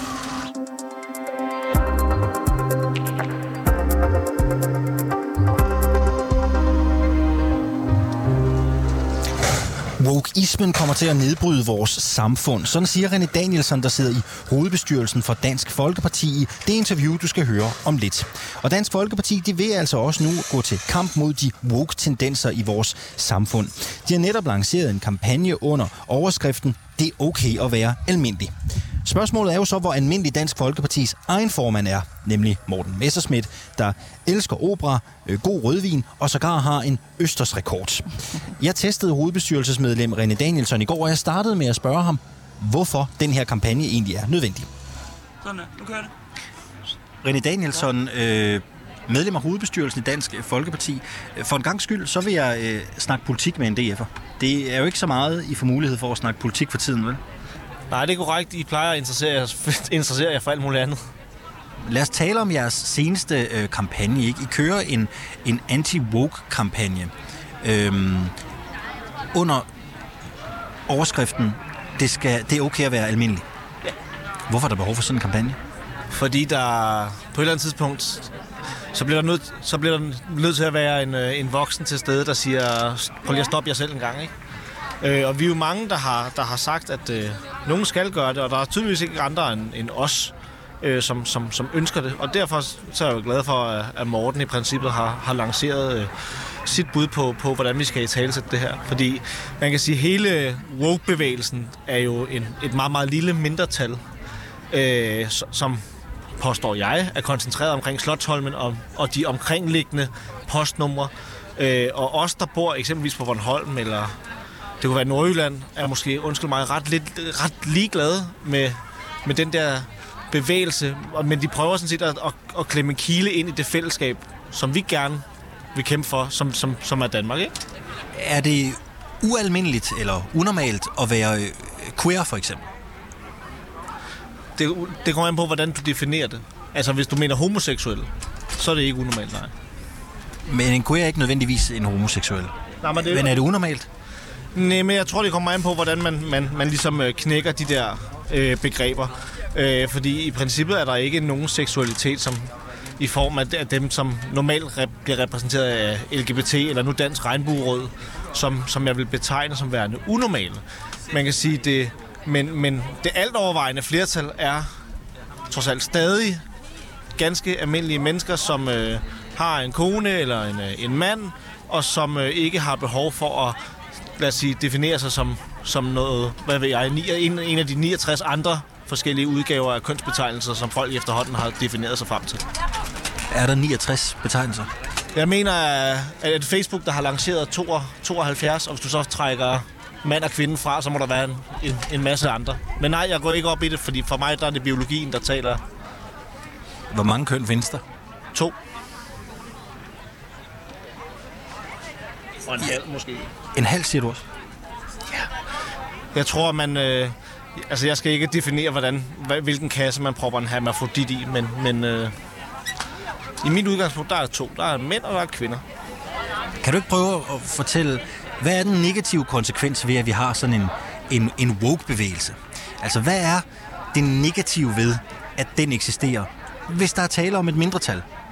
Wokeismen kommer til at nedbryde vores samfund. Sådan siger René Danielsson, der sidder i hovedbestyrelsen for Dansk Folkeparti i det interview, du skal høre om lidt. Og Dansk Folkeparti, de vil altså også nu gå til kamp mod de woke-tendenser i vores samfund. De har netop lanceret en kampagne under overskriften "Det er okay at være almindelig". Spørgsmålet er jo så, hvor almindelig Dansk Folkepartis egen formand er, nemlig Morten Messerschmidt, der elsker opera, øh, god rødvin og sågar har en østersrekord. Jeg testede hovedbestyrelsesmedlem René Danielsson i går, og jeg startede med at spørge ham, hvorfor den her kampagne egentlig er nødvendig. Sådan, nu kører det. René Danielsson, øh, medlem af hovedbestyrelsen i Dansk Folkeparti. For en gang skyld, så vil jeg øh, snakke politik med en D F'er. Det er jo ikke så meget, I får mulighed for at snakke politik for tiden, vel? Nej, det er korrekt. I plejer at interessere jer, interessere jer for alt muligt andet. Lad os tale om jeres seneste øh, kampagne. Ikke? I kører en, en anti-woke-kampagne øhm, under overskriften, det, skal, det er okay at være almindelig. Ja. Hvorfor er der behov for sådan en kampagne? Fordi der på et eller andet tidspunkt, så bliver der nødt, så bliver der nødt til at være en, en voksen til stede, der siger, prøv lige at stoppe jer selv en gang, ikke? Øh, og vi er jo mange, der har, der har sagt, at øh, nogen skal gøre det, og der er tydeligvis ikke andre end, end os, øh, som, som, som ønsker det. Og derfor så er jeg jo glad for, at Morten i princippet har, har lanceret øh, sit bud på, på, hvordan vi skal italesætte det her. Fordi man kan sige, at hele woke-bevægelsen er jo en, et meget, meget lille mindretal, øh, som påstår jeg, er koncentreret omkring Slotsholmen og, og de omkringliggende postnumre. Øh, og os, der bor eksempelvis på Bornholm, eller det kunne være Nordjylland, er måske, undskyld mig, ret, lidt, ret ligeglade med, med den der bevægelse. Men de prøver sådan set at, at, at klemme kile ind i det fællesskab, som vi gerne vil kæmpe for, som, som, som er Danmark, ikke? Er det ualmindeligt eller unormalt at være queer, for eksempel? Det, det kommer an på, hvordan du definerer det. Altså, hvis du mener homoseksuel, så er det ikke unormalt, nej. Men en queer er ikke nødvendigvis en homoseksuel. Nej, men, det, men er det unormalt? Nej, men jeg tror, det kommer an på, hvordan man, man, man ligesom knækker de der øh, begreber. Øh, fordi i princippet er der ikke nogen seksualitet, som i form af dem, som normalt rep- bliver repræsenteret af L G B T, eller nu Dansk Regnbueråd, som, som jeg vil betegne som værende unormale. Man kan sige det, men, men det alt overvejende flertal er trods alt stadig ganske almindelige mennesker, som øh, har en kone eller en, en mand, og som øh, ikke har behov for at, lad os sige, definere sig som, som noget, hvad ved jeg, en, en af de niogtres andre forskellige udgaver af kønsbetegnelser, som folk efterhånden har defineret sig frem til. Er der niogtres betegnelser? Jeg mener, at Facebook, der har lanceret tooghalvfjerds, og hvis du så trækker mand og kvinde fra, så må der være en, en, en masse andre. Men nej, jeg går ikke op i det, fordi for mig der er det biologien, der taler. Hvor mange køn findes der? To. Og en halv måske. En halv, siger du også? Ja. Jeg tror, man... Øh, altså, jeg skal ikke definere, hvordan, hvilken kasse man propper en hermafrodit i, men, men øh, i mit udgangspunkt, der er to. Der er mænd, og der er kvinder. Kan du ikke prøve at fortælle, hvad er den negative konsekvens ved, at vi har sådan en, en, en woke-bevægelse? Altså, hvad er det negative ved, at den eksisterer, hvis der er tale om et mindretal?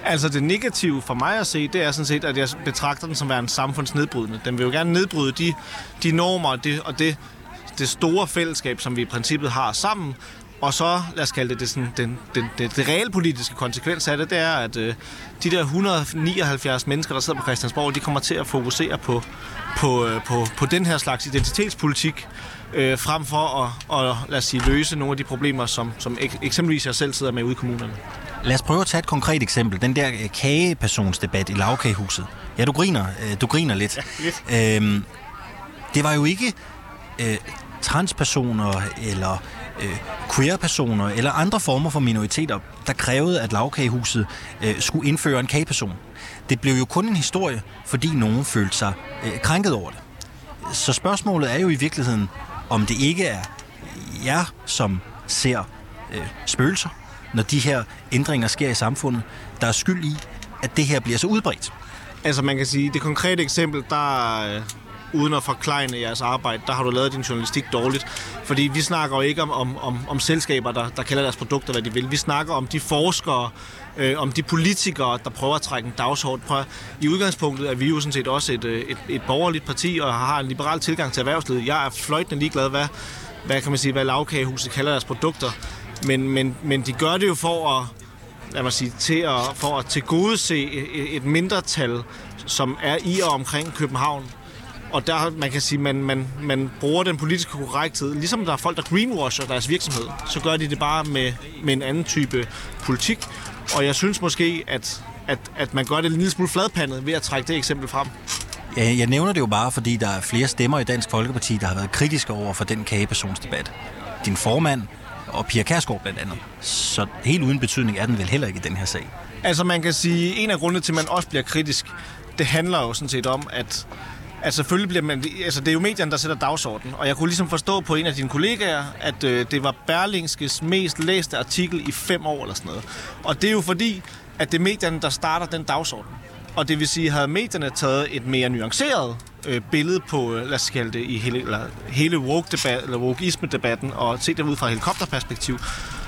Altså det negative for mig at se, det er sådan set, at jeg betragter den som værende samfundsnedbrydende. Den vil jo gerne nedbryde de, de normer og, det, og det, det store fællesskab, som vi i princippet har sammen. Og så, lad os kalde det, det, sådan, den, den, det, det realpolitiske konsekvens af det, det er, at øh, de der et hundrede og nioghalvfjerds mennesker, der sidder på Christiansborg, de kommer til at fokusere på, på, øh, på, på den her slags identitetspolitik, øh, frem for at, at lad os sige, løse nogle af de problemer, som, som ek- eksempelvis jeg selv sidder med ude i kommunerne. Lad os prøve at tage et konkret eksempel. Den der kagepersonsdebat i Lagkagehuset. Ja, du griner, du griner lidt. Ja, lidt. Øhm, det var jo ikke øh, transpersoner eller øh, queer-personer eller andre former for minoriteter, der krævede, at Lagkagehuset øh, skulle indføre en kageperson. Det blev jo kun en historie, fordi nogen følte sig øh, krænket over det. Så spørgsmålet er jo i virkeligheden, om det ikke er jer, som ser øh, spøgelser, når de her ændringer sker i samfundet, der er skyld i, at det her bliver så udbredt. Altså man kan sige, det konkrete eksempel, der øh, uden at forklejne jeres arbejde, der har du lavet din journalistik dårligt. Fordi vi snakker jo ikke om, om, om, om selskaber, der, der kalder deres produkter, hvad de vil. Vi snakker om de forskere, øh, om de politikere, der prøver at trække en dagsorden. Prøver. I udgangspunktet er vi jo sådan set også et, et, et borgerligt parti, og har en liberal tilgang til erhvervslivet. Jeg er fløjtende ligeglad, hvad, hvad kan man sige, hvad Lagkagehuset kalder deres produkter. Men, men, men de gør det jo for at, lad mig sige, til at, for at tilgodese et, et mindretal, som er i og omkring København. Og der, man kan sige, man, man, man bruger den politiske korrekthed. Ligesom der er folk, der greenwasher deres virksomhed, så gør de det bare med, med en anden type politik. Og jeg synes måske, at, at, at man gør det en lille smule fladpandet ved at trække det eksempel frem. Ja, jeg nævner det jo bare, fordi der er flere stemmer i Dansk Folkeparti, der har været kritiske over for den kagepersonsdebat. Din formand og Pia Kjærsgaard blandt andet. Så helt uden betydning er den vel heller ikke i den her sag. Altså man kan sige, en af grundene til, at man også bliver kritisk, det handler jo sådan set om, at, at selvfølgelig bliver man... Altså det er jo medierne, der sætter dagsordenen, og jeg kunne ligesom forstå på en af dine kollegaer, at øh, det var Berlingskes mest læste artikel i fem år eller sådan noget. Og det er jo fordi, at det er medierne, der starter den dagsorden. Og det vil sige, havde medierne taget et mere nuanceret øh, billede på, lad os kalde det, i hele, eller, hele woke-debat, eller wokeisme-debatten, og se det ud fra helikopterperspektiv,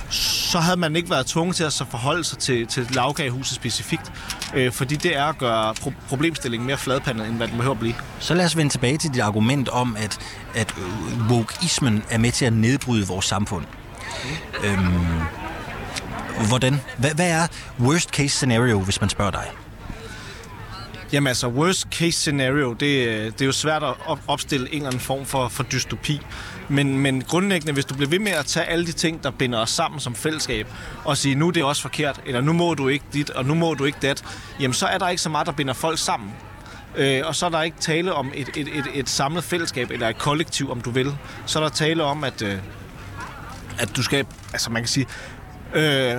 så havde man ikke været tvunget til at så forholde sig til, til Lagkagehuset specifikt. Øh, fordi det er at gøre pro- problemstillingen mere fladpandet, end hvad den behøver at blive. Så lad os vende tilbage til dit argument om, at, at wokeismen er med til at nedbryde vores samfund. Mm. Øhm, hvordan? Hvad, hvad er worst case scenario, hvis man spørger dig? Jamen altså, worst case scenario, det, det er jo svært at opstille en eller anden form for, for dystopi. Men, men grundlæggende, hvis du bliver ved med at tage alle de ting, der binder os sammen som fællesskab, og sige, nu er det også forkert, eller nu må du ikke dit, og nu må du ikke dat, jamen så er der ikke så meget, der binder folk sammen. Øh, og så er der ikke tale om et, et, et, et samlet fællesskab, eller et kollektiv, om du vil. Så er der tale om, at, øh, at du skal, altså man kan sige... Øh,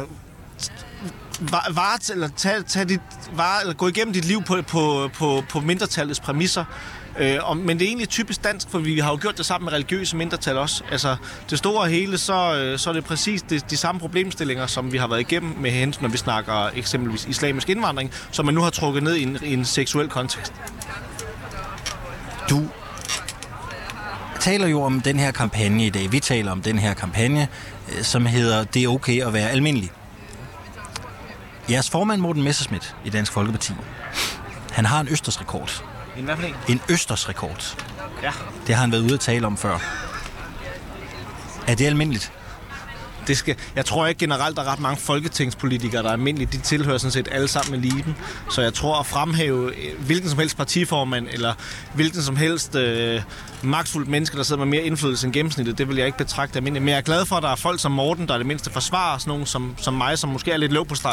Var, eller tag, tag dit, var, eller gå igennem dit liv på, på, på, på mindretallets præmisser. Øh, og, men det er egentlig typisk dansk, for vi har jo gjort det sammen med religiøse mindretal også. Altså, det store hele, så, så er det præcis de, de samme problemstillinger, som vi har været igennem med hensyn, når vi snakker eksempelvis islamisk indvandring, som man nu har trukket ned i en, i en seksuel kontekst. Du taler jo om den her kampagne i dag. Vi taler om den her kampagne, som hedder "Det er okay at være almindelig". Jeres formand Morten Messerschmidt i Dansk Folkeparti, han har en østersrekord. En hvad for en? En østersrekord. Ja. Det har han været ude at tale om før. Er det almindeligt? Det skal, jeg tror ikke generelt, der er ret mange folketingspolitikere, der er almindelige. De tilhører sådan set alle sammen eliten. Så jeg tror at fremhæve hvilken som helst partiformand, eller hvilken som helst øh, magtfuldt menneske, der sidder med mere indflydelse end gennemsnittet, det vil jeg ikke betragte almindeligt. Men jeg er glad for, at der er folk som Morten, der er det mindste forsvarer sådan nogen som, som mig, som måske er lidt løv på steg.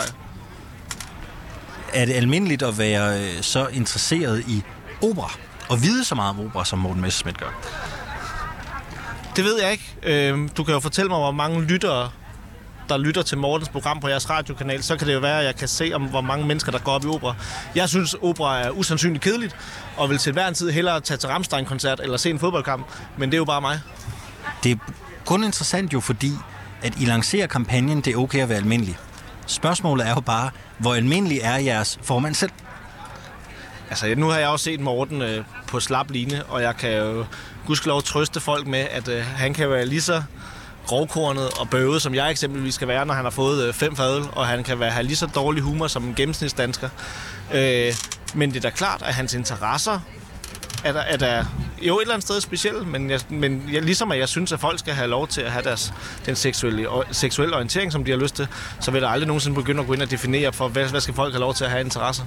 Er det almindeligt at være øh, så interesseret i opera, og vide så meget om opera, som Morten Messerschmidt gør? Det ved jeg ikke. Øh, du kan jo fortælle mig, hvor mange lyttere, der lytter til Mortens program på jeres radiokanal. Så kan det jo være, at jeg kan se, om hvor mange mennesker, der går op i opera. Jeg synes, opera er usandsynligt kedeligt, og vil til hver en tid hellere tage til Rammstein-koncert eller se en fodboldkamp. Men det er jo bare mig. Det er kun interessant jo, fordi at I lancerer kampagnen "Det er okay at være almindelig". Spørgsmålet er jo bare, hvor almindelig er jeres formand selv? Altså, nu har jeg også set Morten øh, på slap line, og jeg kan jo gudskelov trøste folk med, at øh, han kan være lige så grovkornet og bøvet, som jeg eksempelvis skal være, når han har fået øh, fem fadøl, og han kan være, have lige så dårlig humor som en gennemsnitsdansker. Øh, men det er da klart, at hans interesser er der, er der jo et eller andet sted specielt, men, jeg, men jeg, ligesom at jeg synes, at folk skal have lov til at have deres, den seksuelle, seksuelle orientering, som de har lyst til, så vil der aldrig nogensinde begynde at gå ind og definere for, hvad, hvad skal folk have lov til at have interesser.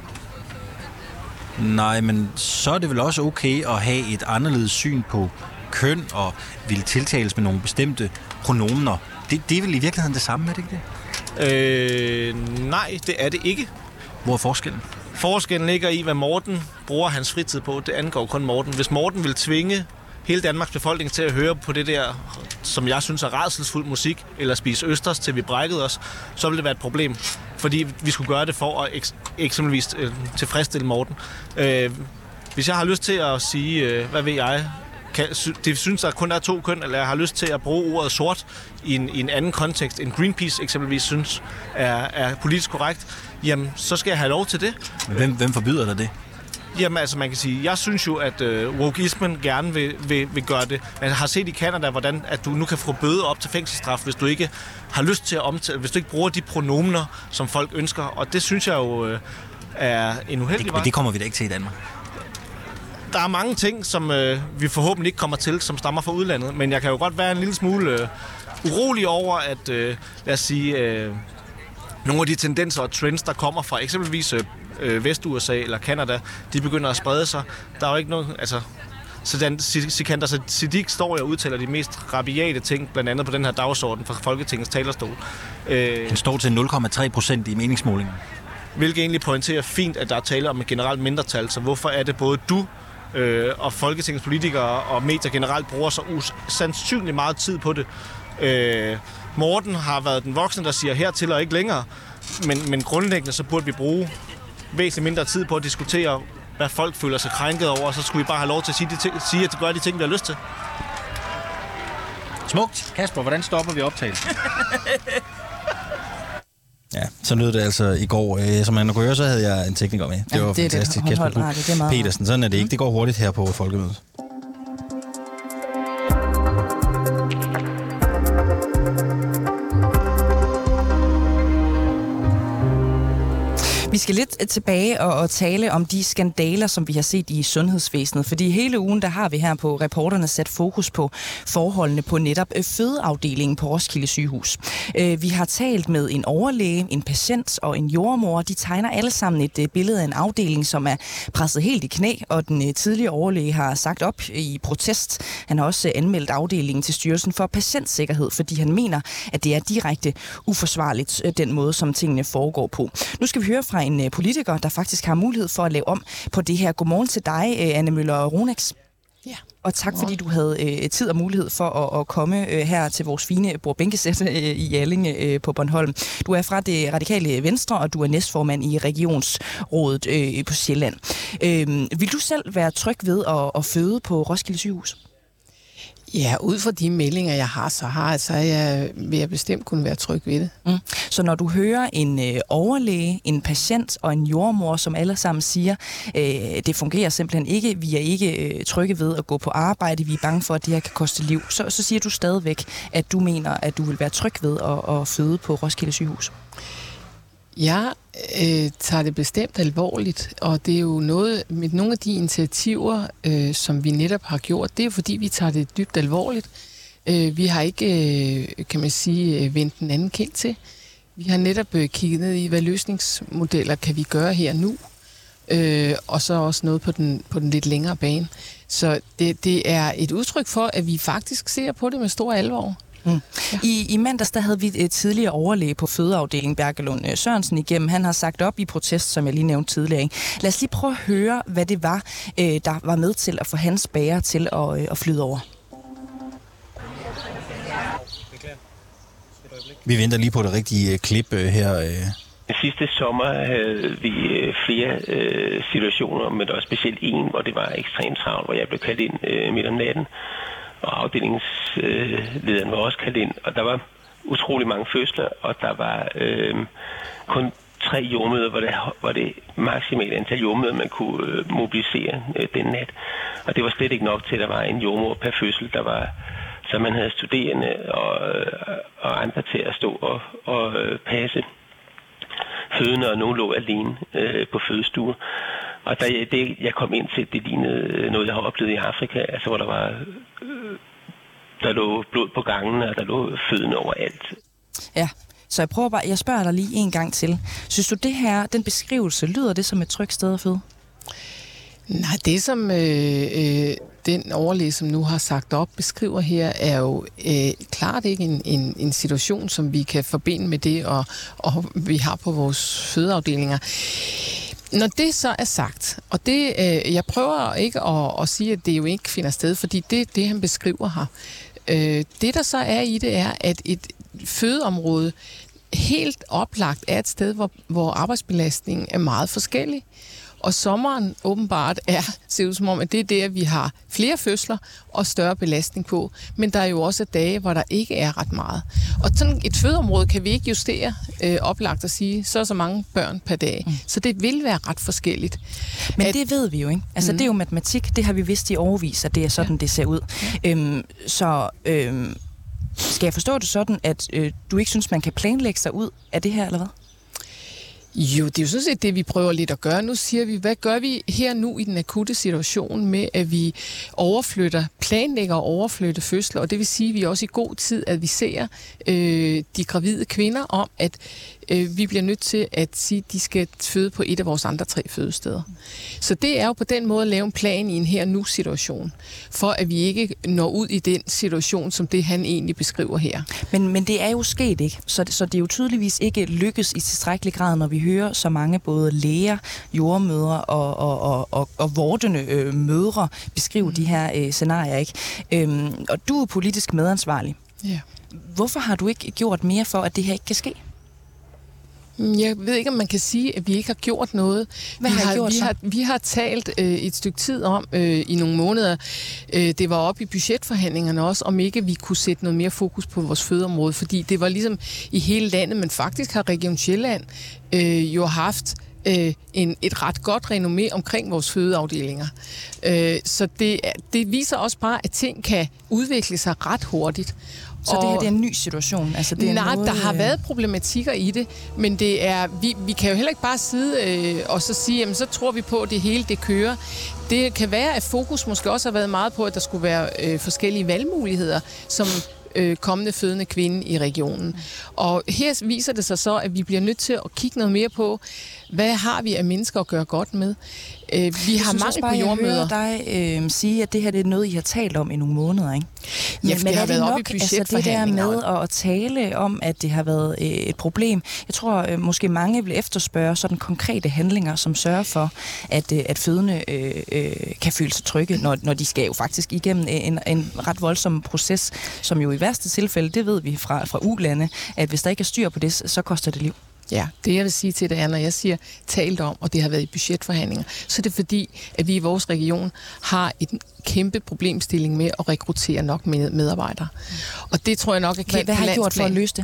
Nej, men så er det vel også okay at have et anderledes syn på køn og ville tiltales med nogle bestemte pronomener. Det, det er vel i virkeligheden det samme, er det ikke det? Øh, nej, det er det ikke. Hvor er forskellen? Forskellen ligger i, hvad Morten bruger hans fritid på. Det angår kun Morten. Hvis Morten vil tvinge hele Danmarks befolkning til at høre på det der, som jeg synes er rædselsfuld musik, eller spise østers, til vi brækkede os, så vil det være et problem. Fordi vi skulle gøre det for at eks- eksempelvis øh, tilfredsstille Morten. Øh, hvis jeg har lyst til at sige, øh, hvad ved jeg, kan, det synes, der kun er to køn, eller jeg har lyst til at bruge ordet sort i en, i en anden kontekst, end Greenpeace eksempelvis synes er, er politisk korrekt, jamen, så skal jeg have lov til det. Hvem, hvem forbyder dig det? Jamen, altså, man kan sige, jeg synes jo, at øh, wokeismen gerne vil, vil, vil gøre det. Man har set i Canada, hvordan at du nu kan få bøde op til fængselsstraf, hvis du ikke har lyst til at omtale, hvis du ikke bruger de pronomener, som folk ønsker. Og det synes jeg jo øh, er en uheldig vej. Men det kommer vi da ikke til i Danmark. Der er mange ting, som øh, vi forhåbentlig ikke kommer til, som stammer fra udlandet. Men jeg kan jo godt være en lille smule øh, urolig over, at, øh, lad os sige, øh, nogle af de tendenser og trends, der kommer fra eksempelvis øh, Vest-U S A eller Canada, de begynder at sprede sig. Der er jo ikke noget, altså... Så Sikander Siddiq står og udtaler de mest rabiate ting, blandt andet på den her dagsorden fra Folketingets talerstol. Øh, den står til nul komma tre procent i meningsmålingen. Hvilket egentlig pointerer fint, at der er tale om et generelt mindretal, så hvorfor er det både du øh, og Folketingets politikere og medier generelt bruger så usandsynligt meget tid på det? Øh, Morten har været den voksne, der siger hertil og ikke længere, men, men grundlæggende så burde vi bruge væsentligt mindre tid på at diskutere, hvad folk føler sig krænket over, og så skulle vi bare have lov til at sige, de ting, sige at de gør de ting, vi har lyst til. Smukt. Kasper, hvordan stopper vi optagelsen? Ja, så lød det altså i går. Som man kunne høre, så havde jeg en tekniker med. Det ja, var det fantastisk. Det. Kasper Hold, det er Petersen, sådan er det ikke. Det går hurtigt her på Folkemødet. Vi skal lidt tilbage og, og tale om de skandaler, som vi har set i sundhedsvæsenet. Fordi hele ugen, der har vi her på Reporterne sat fokus på forholdene på netop fødeafdelingen på Roskilde Sygehus. Vi har talt med en overlæge, en patient og en jordemoder. De tegner alle sammen et billede af en afdeling, som er presset helt i knæ, og den tidligere overlæge har sagt op i protest. Han har også anmeldt afdelingen til Styrelsen for Patientsikkerhed, fordi han mener, at det er direkte uforsvarligt, den måde, som tingene foregår på. Nu skal vi høre fra en politiker, der faktisk har mulighed for at lave om på det her. Godmorgen til dig, Anne Møller Ronex. Ja. Og tak, fordi du havde øh, tid og mulighed for at, at komme øh, her til vores fine bordbænkesæt øh, i Allinge øh, på Bornholm. Du er fra det radikale Venstre, og du er næstformand i Regionsrådet øh, på Sjælland. Øh, vil du selv være tryg ved at, at føde på Roskilde Sygehus? Ja, ud fra de meldinger, jeg har, så har så jeg, vil jeg bestemt kunne være tryg ved det. Mm. Så når du hører en øh, overlæge, en patient og en jordemoder, som alle sammen siger, øh, det fungerer simpelthen ikke, vi er ikke øh, trygge ved at gå på arbejde, vi er bange for, at det her kan koste liv, så, så siger du stadigvæk, at du mener, at du vil være tryg ved at, at føde på Roskilde Sygehus. Jeg øh, tager det bestemt alvorligt, og det er jo noget med nogle af de initiativer, øh, som vi netop har gjort, det er fordi, vi tager det dybt alvorligt. Øh, vi har ikke, øh, kan man sige, vendt den anden kind til. Vi har netop øh, kigget ned i, hvad løsningsmodeller kan vi gøre her nu, øh, og så også noget på den, på den lidt længere bane. Så det, det er et udtryk for, at vi faktisk ser på det med stor alvor. Mm. Ja. I, I mandags der havde vi et tidligere overlæge på fødeafdelingen, Bergelund Sørensen, igennem. Han har sagt op i protest, som jeg lige nævnte tidligere. Ikke? Lad os lige prøve at høre, hvad det var, øh, der var med til at få hans bager til at, øh, at flyde over. Vi venter lige på det rigtige klip øh, her. Øh. Sidste sommer havde vi flere øh, situationer, men der var specielt en, hvor det var ekstremt travlt, hvor jeg blev kaldt ind øh, midt om natten. Og afdelingslederen øh, var også kaldt ind, og der var utrolig mange fødsler, og der var øh, kun tre jordmøder, hvor det var det maksimale antal jordmøder, man kunne øh, mobilisere øh, den nat. Og det var slet ikke nok til, at der var en jordmor per fødsel. Der var Så man havde studerende og, og andre til at stå og, og passe fødende, og nogen lå alene øh, på fødestuer. Og da jeg, det, jeg kom ind til, det lignede noget, jeg har oplevet i Afrika, altså hvor der var, øh, der lå blod på gangene, og der lå fødende overalt. Ja, så jeg prøver bare, jeg spørger dig lige en gang til. Synes du det her, den beskrivelse, lyder det som et trygt sted at føde? Nej, det som øh, øh, den overlæge, som nu har sagt op, beskriver her, er jo øh, klart ikke en, en, en situation, som vi kan forbinde med det, og, og vi har på vores fødeafdelinger. Når det så er sagt, og det, øh, jeg prøver ikke at, at sige, at det jo ikke finder sted, fordi det det, han beskriver her. Øh, det, der så er i det, er, at et fødeområde helt oplagt er et sted, hvor, hvor arbejdsbelastningen er meget forskellig. Og sommeren åbenbart er, ser ud som om, at det er der, vi har flere fødsler og større belastning på. Men der er jo også dage, hvor der ikke er ret meget. Og sådan et fødeområde kan vi ikke justere øh, oplagt at sige, så er så mange børn per dag. Mm. Så det vil være ret forskelligt. Men at, det ved vi jo, ikke? Altså mm. det er jo matematik, det har vi vidst i årevis, at det er sådan, ja. det ser ud. Ja. Øhm, så øhm, skal jeg forstå det sådan, at øh, du ikke synes, man kan planlægge sig ud af det her, eller hvad? Jo, det er jo sådan set det, vi prøver lidt at gøre. Nu siger vi, hvad gør vi her nu i den akutte situation med, at vi overflytter, planlægger at overflytte fødsler, og det vil sige, at vi også i god tid adviserer øh, de gravide kvinder om, at øh, vi bliver nødt til at sige, at de skal føde på et af vores andre tre fødesteder. Så det er jo på den måde at lave en plan i en her nu situation, for at vi ikke når ud i den situation, som det han egentlig beskriver her. Men, men det er jo sket, ikke? Så, så det er jo tydeligvis ikke lykkes i tilstrækkelig grad, når vi hører så mange både læger, jordmødre og, og, og, og, og vortende øh, mødre beskrive mm. de her øh, scenarier, ikke? Øhm, og du er politisk medansvarlig. Ja. Hvorfor har du ikke gjort mere for, at det her ikke kan ske? Jeg ved ikke, om man kan sige, at vi ikke har gjort noget. Hvad vi har I har, gjort vi så? har, vi har talt øh, et stykke tid om, øh, i nogle måneder, øh, det var op i budgetforhandlingerne også, om ikke vi kunne sætte noget mere fokus på vores fødeområde, fordi det var ligesom i hele landet, men faktisk har Region Sjælland øh, jo haft øh, en, et ret godt renommé omkring vores fødeafdelinger. Øh, så det, det viser også bare, at ting kan udvikle sig ret hurtigt. Så og det her det er en ny situation? Altså, det er nej, noget, der har været problematikker i det, men det er, vi, vi kan jo heller ikke bare sidde øh, og så sige, jamen så tror vi på, at det hele det kører. Det kan være, at fokus måske også har været meget på, at der skulle være øh, forskellige valgmuligheder, som øh, kommende fødende kvinde i regionen. Og her viser det sig så, at vi bliver nødt til at kigge noget mere på, hvad har vi af mennesker at gøre godt med? Øh, vi jeg har mangel på jordmødre. Jeg hører dig øh, sige, at det her det er noget, I har talt om i nogle måneder, ikke? Men, ja, men det har er det været nok, op i altså budgetforhandlinger. det der med at, at tale om, at det har været øh, et problem. Jeg tror øh, måske mange vil efterspørge sådan konkrete handlinger, som sørger for, at, øh, at fødende øh, øh, kan føle sig trygge, når, når de skal jo faktisk igennem en, en ret voldsom proces, som jo i værste tilfælde, det ved vi fra, fra U-lande, at hvis der ikke er styr på det, så koster det liv. Ja, det jeg vil sige til det er, når jeg siger talt om, og det har været i budgetforhandlinger, så er det fordi, at vi i vores region har et kæmpe problemstilling med at rekruttere nok medarbejdere. Og det tror jeg nok er kendt. Hvad har I gjort for at løse det?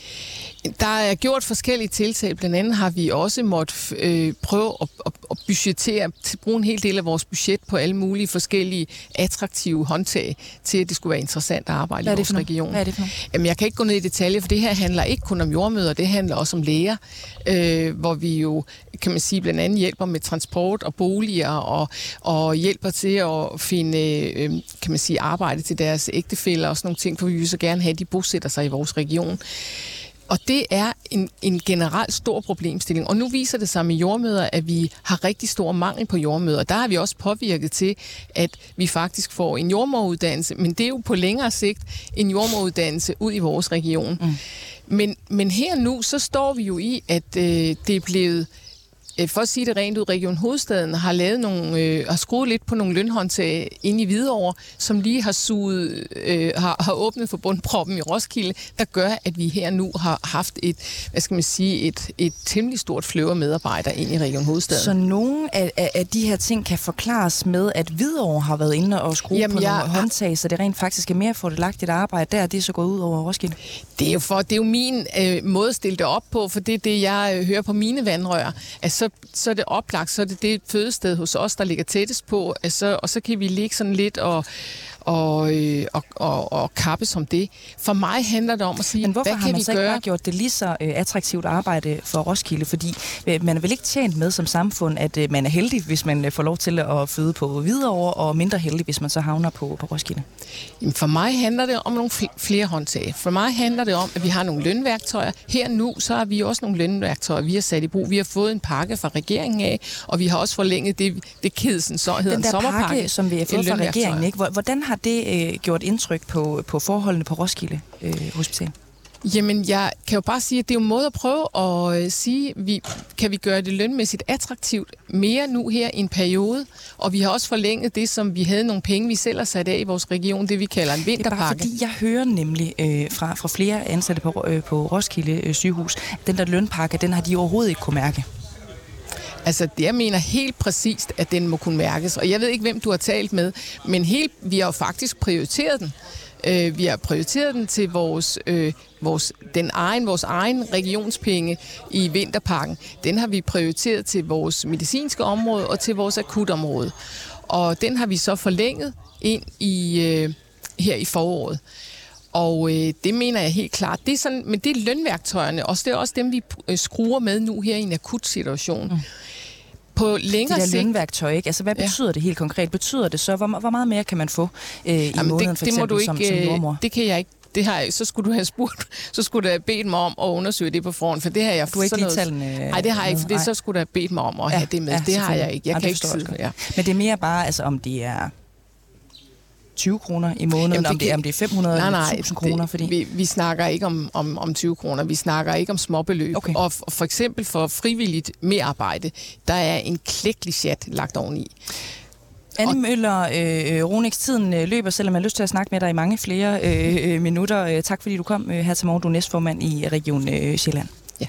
Der er gjort forskellige tiltag. Blandt andet har vi også måttet øh, prøve at, at, at budgettere, at bruge en hel del af vores budget på alle mulige forskellige attraktive håndtag til, at det skulle være interessant at arbejde i vores region. Hvad er det for noget? Jamen, jeg kan ikke gå ned i detaljer, for det her handler ikke kun om jordmødre, det handler også om læger, øh, hvor vi jo, kan man sige, blandt andet hjælper med transport og boliger og, og hjælper til at finde, øh, kan man sige, arbejde til deres ægtefæller og sådan nogle ting, for vi vil så gerne have, at de bosætter sig i vores region. Og det er en, en generelt stor problemstilling. Og nu viser det sig med jordmødre, at vi har rigtig stor mangel på jordmødre. Der har vi også påvirket til, at vi faktisk får en jordmoderuddannelse, men det er jo på længere sigt en jordmoderuddannelse ud i vores region. Mm. Men, men her nu, så står vi jo i, at øh, det er blevet... For at sige det rent ud, Region Hovedstaden har lavet nogle, øh, har skruet lidt på nogle lønhåndtag inde i Hvidovre, som lige har suget, øh, har, har åbnet for bundproppen i Roskilde, der gør, at vi her nu har haft et, hvad skal man sige, et, et temmelig stort fløv af medarbejdere ind i Region Hovedstaden. Så nogle af, af, af de her ting kan forklares med, at Hvidovre har været inde og skrue Jamen, på nogle jeg, håndtag, så det rent faktisk er mere fordelagtigt arbejde der, det er så gået ud over Roskilde? Det er jo, for, det er jo min øh, måde at stille det op på, for det er det, jeg øh, hører på mine vandrør. Altså, Så, så er det oplagt, så er det det fødested hos os, der ligger tættest på, altså, og så kan vi ligge sådan lidt og, og, øh, og, og, og kappes om det. For mig handler det om at sige, Men hvorfor hvad har kan man vi så ikke gøre? bare gjort det lige så øh, attraktivt arbejde for Roskilde? Fordi øh, man er vel ikke tjent med som samfund, at øh, man er heldig, hvis man øh, får lov til at føde på Hvidovre, og mindre heldig, hvis man så havner på, på Roskilde? Jamen for mig handler det om nogle flere håndtag. For mig handler det om, at vi har nogle lønværktøjer. Her nu, så har vi også nogle lønværktøjer, vi har sat i brug. Vi har fået en pakke fra regeringen af, og vi har også forlænget det, det kedsen så hedder Den der en sommerpakke. pakke, som vi har fået fra regeringen, ikke? Hvordan har det øh, gjort indtryk på, på forholdene på Roskilde øh, Hospital? Jamen, jeg kan jo bare sige, at det er jo en måde at prøve at øh, sige, vi, kan vi gøre det lønmæssigt attraktivt mere nu her i en periode, og vi har også forlænget det, som vi havde nogle penge, vi selv har sat af i vores region, det vi kalder en vinterpakke. Det er bare fordi, jeg hører nemlig øh, fra, fra flere ansatte på, øh, på Roskilde øh, sygehus, at den der lønpakke, den har de overhovedet ikke kunne mærke. Altså, jeg mener helt præcist, at den må kunne mærkes, og jeg ved ikke, hvem du har talt med, men helt, vi har jo faktisk prioriteret den. Uh, vi har prioriteret den til vores, uh, vores, den egen, vores egen regionspenge i vinterpakken. Den har vi prioriteret til vores medicinske område og til vores akutområde. Og den har vi så forlænget ind i, uh, her i foråret. Og uh, det mener jeg helt klart. Det er sådan, men det er lønværktøjerne, og det er også dem, vi uh, skruer med nu her i en akut situation. Mm. På længere det der sigt... lønværktøj, ikke? Altså, hvad betyder ja. det helt konkret? Betyder det så, hvor, hvor meget mere kan man få øh, i Jamen, måneden, det, for det eksempel, må du ikke, som, som jordmor? Det kan jeg ikke. Det har jeg, så skulle du have spurgt, så skulle du have bedt mig om at undersøge det på forhånd, for det har jeg... Du har ikke lige tallene? Nej, det har jeg ikke, for det, så skulle du have bedt mig om at ja, have det med. Ja, det har jeg ikke. Jeg ja, kan ikke sidde, ja. Men det er mere bare, altså, om det er tyve kroner i måneden, Jamen, det om, det er, om det er fem hundrede nej, nej, eller tusind kroner? Fordi... Vi, vi snakker ikke om, om, om tyve kroner, vi snakker ikke om småbeløb. Okay. Og for, for eksempel for frivilligt merarbejde, der er en klækkelig chat lagt oveni. Anne Møller, øh, Ronix, tiden øh, løber, selvom jeg har lyst til at snakke med dig i mange flere øh, minutter. Øh, tak fordi du kom øh, her til morgen. Du er næstformand i Region øh, Sjælland. Ja.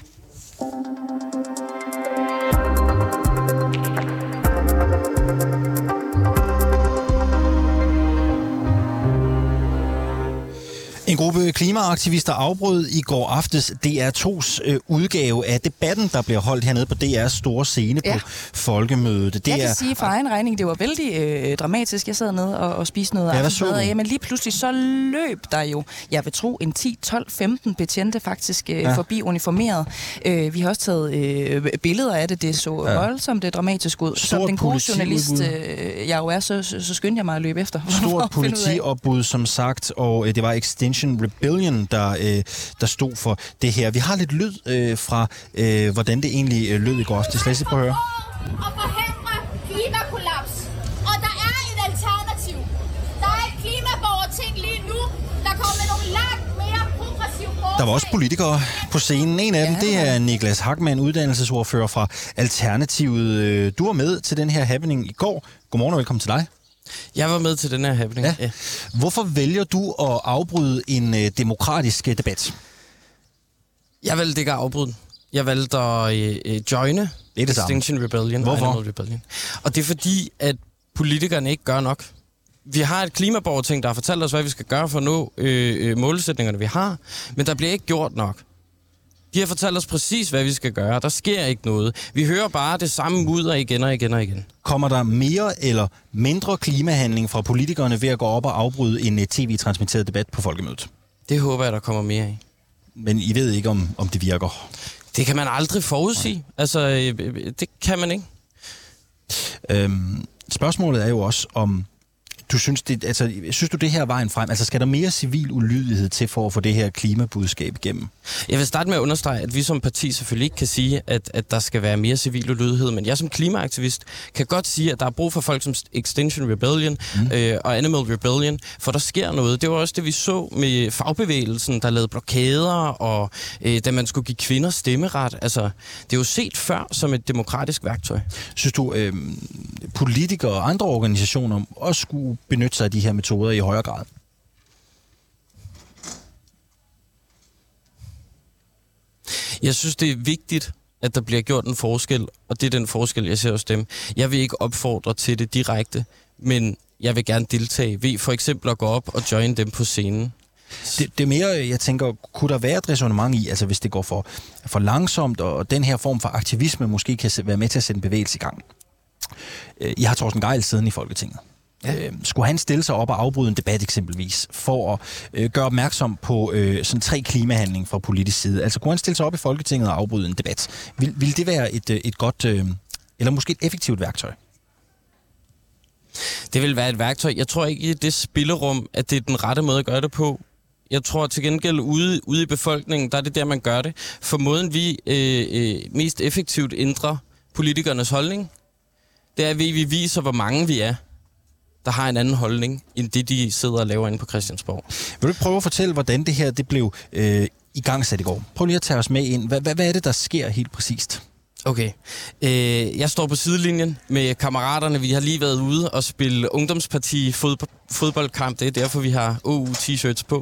En gruppe klimaaktivister afbrød i går aftes D R to's øh, udgave af debatten, der bliver holdt hernede på D R's store scene ja. på Folkemødet. Det jeg er... kan sige for egen regning, det var vældig øh, dramatisk. Jeg sad nede og, og spiste noget ja, aftensmad. Jamen lige pludselig så løb der jo, jeg vil tro, en ti, tolv, femten betjente faktisk øh, ja. forbi uniformeret. Øh, vi har også taget øh, billeder af det. Det så ja. voldsomt det dramatisk ud. Stort Som den gode journalist, øh, jeg jo er, så, så, så skyndte jeg mig at løbe efter. Stort politiopbud, som sagt, og øh, det var Extinction Rebellion, der, øh, der stod for det her. Vi har lidt lyd øh, fra, øh, hvordan det egentlig øh, lød i går aftes. Lad os lige prøve at høre. Og forhindre klimakollaps. Og der er et alternativ. Der er et klimaborgerting lige nu, der kommer med nogle langt mere progressive forslag. Der var også politikere på scenen. En af ja, dem, det er Niklas Hackmann, uddannelsesordfører fra Alternativet. Du var med til den her happening i går. Godmorgen og velkommen til dig. Jeg var med til den her happening. Ja. Ja. Hvorfor vælger du at afbryde en øh, demokratisk øh, debat? Jeg valgte ikke at afbryde den. Jeg valgte at øh, joine Extinction Rebellion. Hvorfor? Rebellion. Og det er fordi, at politikerne ikke gør nok. Vi har et klimaborgerting, der har fortalt os, hvad vi skal gøre for at nå øh, målsætningerne, vi har, men der bliver ikke gjort nok. De har fortalt os præcis, hvad vi skal gøre. Der sker ikke noget. Vi hører bare det samme mudder igen og igen og igen. Kommer der mere eller mindre klimahandling fra politikerne ved at gå op og afbryde en tv-transmitteret debat på Folkemødet? Det håber jeg, der kommer mere af. Men I ved ikke, om, om det virker? Det kan man aldrig forudsige. Nej. Altså, det kan man ikke. Øhm, spørgsmålet er jo også, om du synes, det, altså, synes du, det her er vejen frem? Altså, skal der mere civil ulydighed til for at få det her klimabudskab igennem? Jeg vil starte med at understrege, at vi som parti selvfølgelig ikke kan sige, at, at der skal være mere civil ulydighed, men jeg som klimaaktivist kan godt sige, at der er brug for folk som Extinction Rebellion mm. øh, og Animal Rebellion, for der sker noget. Det var også det, vi så med fagbevægelsen, der lavede blokader, og øh, da man skulle give kvinder stemmeret. Altså, det er jo set før som et demokratisk værktøj. Synes du, øh, politikere og andre organisationer også skulle benytte sig af de her metoder i højere grad? Jeg synes, det er vigtigt, at der bliver gjort en forskel, og det er den forskel, jeg ser hos dem. Jeg vil ikke opfordre til det direkte, men jeg vil gerne deltage ved for eksempel at gå op og join dem på scenen. Det, det er mere, jeg tænker, kunne der være et ræsonnement i, altså hvis det går for, for langsomt, og den her form for aktivisme måske kan være med til at sætte en bevægelse i gang? Jeg har Torsten Gejl siden i Folketinget. Ja. Øh, skulle han stille sig op og afbryde en debat eksempelvis, for at øh, gøre opmærksom på øh, sådan tre klimahandling fra politisk side? Altså kunne han stille sig op i Folketinget og afbryde en debat? Vil, vil det være et, et godt, øh, eller måske et effektivt værktøj? Det vil være et værktøj. Jeg tror ikke i det spillerum, at det er den rette måde at gøre det på. Jeg tror til gengæld ude, ude i befolkningen, der er det der, man gør det. For måden vi øh, øh, mest effektivt ændrer politikernes holdning, det er, at vi viser, hvor mange vi er, der har en anden holdning, end det, de sidder og laver inde på Christiansborg. Vil du prøve at fortælle, hvordan det her det blev øh, i gang sat i går? Prøv lige at tage os med ind. Hvad, hvad, hvad er det, der sker helt præcist? Okay. Øh, jeg står på sidelinjen med kammeraterne. Vi har lige været ude og spille ungdomsparti fodbold, fodboldkamp. Det er derfor, vi har O U-t-shirts på.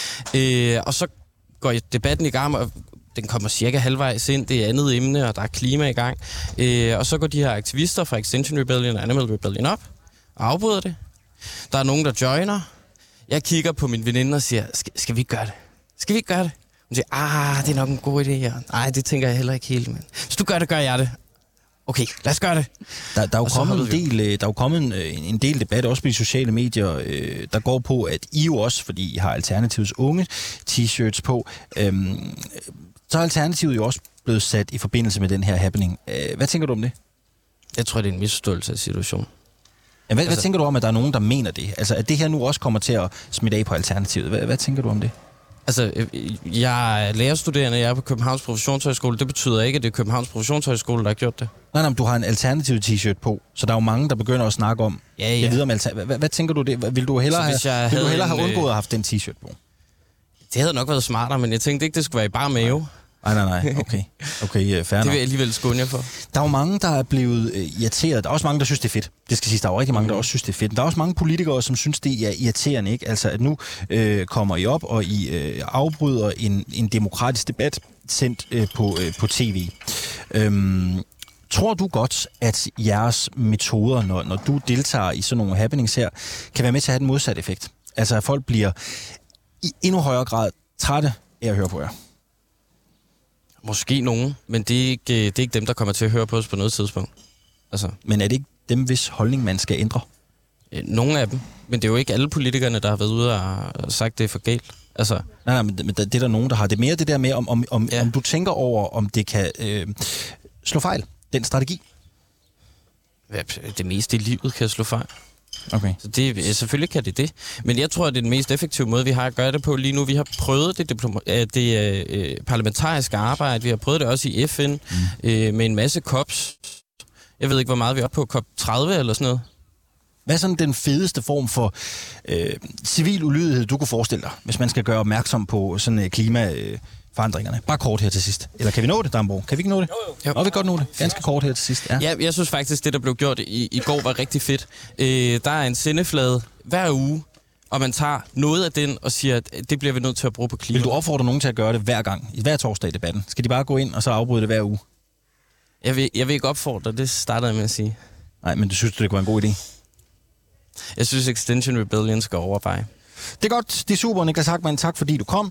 Øh, og så går debatten i gang, og den kommer cirka halvvejs ind. Det er andet emne, og der er klima i gang. Øh, og så går de her aktivister fra Extinction Rebellion og Animal Rebellion op og afbryder det. Der er nogen, der joiner. Jeg kigger på min veninde og siger, skal, skal vi ikke gøre det? Skal vi ikke gøre det? Hun siger, ah, det er nok en god idé her. Nej, det tænker jeg heller ikke helt, men hvis du gør det, gør jeg det. Okay, lad os gøre det. Der, der, er, jo kommet en del, der er jo kommet en, en del debat, også på de sociale medier, øh, der går på, at I jo også, fordi I har Alternativets unge t-shirts på, øh, så er Alternativet jo også blevet sat i forbindelse med den her happening. Øh, hvad tænker du om det? Jeg tror, det er en misforståelse af situationen. Ja, hvad, altså, hvad tænker du om, at der er nogen, der mener det? Altså, at det her nu også kommer til at smitte af på Alternativet. Hvad, hvad tænker du om det? Altså, jeg er lærerstuderende, jeg er på Københavns Professionshøjskole. Det betyder ikke, at det er Københavns Professionshøjskole, der har gjort det. Nej, nej, men du har en alternativ t-shirt på, så der er jo mange, der begynder at snakke om... Ja, ja. Jeg ved om alter... hvad, hvad tænker du det? Vil du hellere, have, vil du hellere have undgået at have haft den t-shirt på? Det havde nok været smartere, men jeg tænkte ikke, det skulle være i bare mave. Nej, nej, nej. Okay, okay, fair det vil jeg alligevel skåne jer for. Der er jo mange, der er blevet øh, irriteret. Der er også mange, der synes, det er fedt. Det skal siges, der er jo rigtig mange, der også synes, det er fedt. Men der er også mange politikere, som synes, det er irriterende, ikke? Altså, at nu øh, kommer I op, og I øh, afbryder en, en demokratisk debat sendt øh, på, øh, på tv. Øhm, tror du godt, at jeres metoder, når, når du deltager i sådan nogle happenings her, kan være med til at have den modsatte effekt? Altså, at folk bliver i endnu højere grad trætte af at høre på jer? Måske nogen, men det er, ikke, det er ikke dem, der kommer til at høre på os på noget tidspunkt. Altså. Men er det ikke dem, hvis holdning man skal ændre? Nogle af dem, men det er jo ikke alle politikerne, der har været ude og sagt, det er for galt. Altså. Nej, nej, men det, det er der nogen, der har. Det er mere det der med, om, om, om, ja. om du tænker over, om det kan øh, slå fejl, den strategi. Ja, det meste i livet kan slå fejl. Okay. Så det, selvfølgelig kan det det. Men jeg tror, at det er den mest effektive måde, vi har at gøre det på lige nu. Vi har prøvet det, diploma- det øh, parlamentariske arbejde. Vi har prøvet det også i F N mm. øh, med en masse COPs. Jeg ved ikke, hvor meget vi er oppe på. COP tredive eller sådan noget. Hvad er sådan den fedeste form for øh, civil ulydighed, du kunne forestille dig, hvis man skal gøre opmærksom på sådan øh, klimaforandringerne? Bare kort her til sidst. Eller kan vi nå det, Dambo? Kan vi ikke nå det? Jo, jo. Nå, vi kan godt nå det. Ganske kort her til sidst. Ja, ja jeg synes faktisk, det der blev gjort i, i går var rigtig fedt. Øh, der er en sendeflade hver uge, og man tager noget af den og siger, at det bliver vi nødt til at bruge på klima. Vil du opfordre nogen til at gøre det hver gang, i hver torsdag i debatten? Skal de bare gå ind og så afbryde det hver uge? Jeg vil, jeg vil ikke opfordre, det startede jeg med at sige. Nej, men du synes, det kunne være en god idé? Jeg synes, Extinction Rebellion skal overveje. Det er godt. Det er super, Niklas Hackmann. Tak fordi du kom.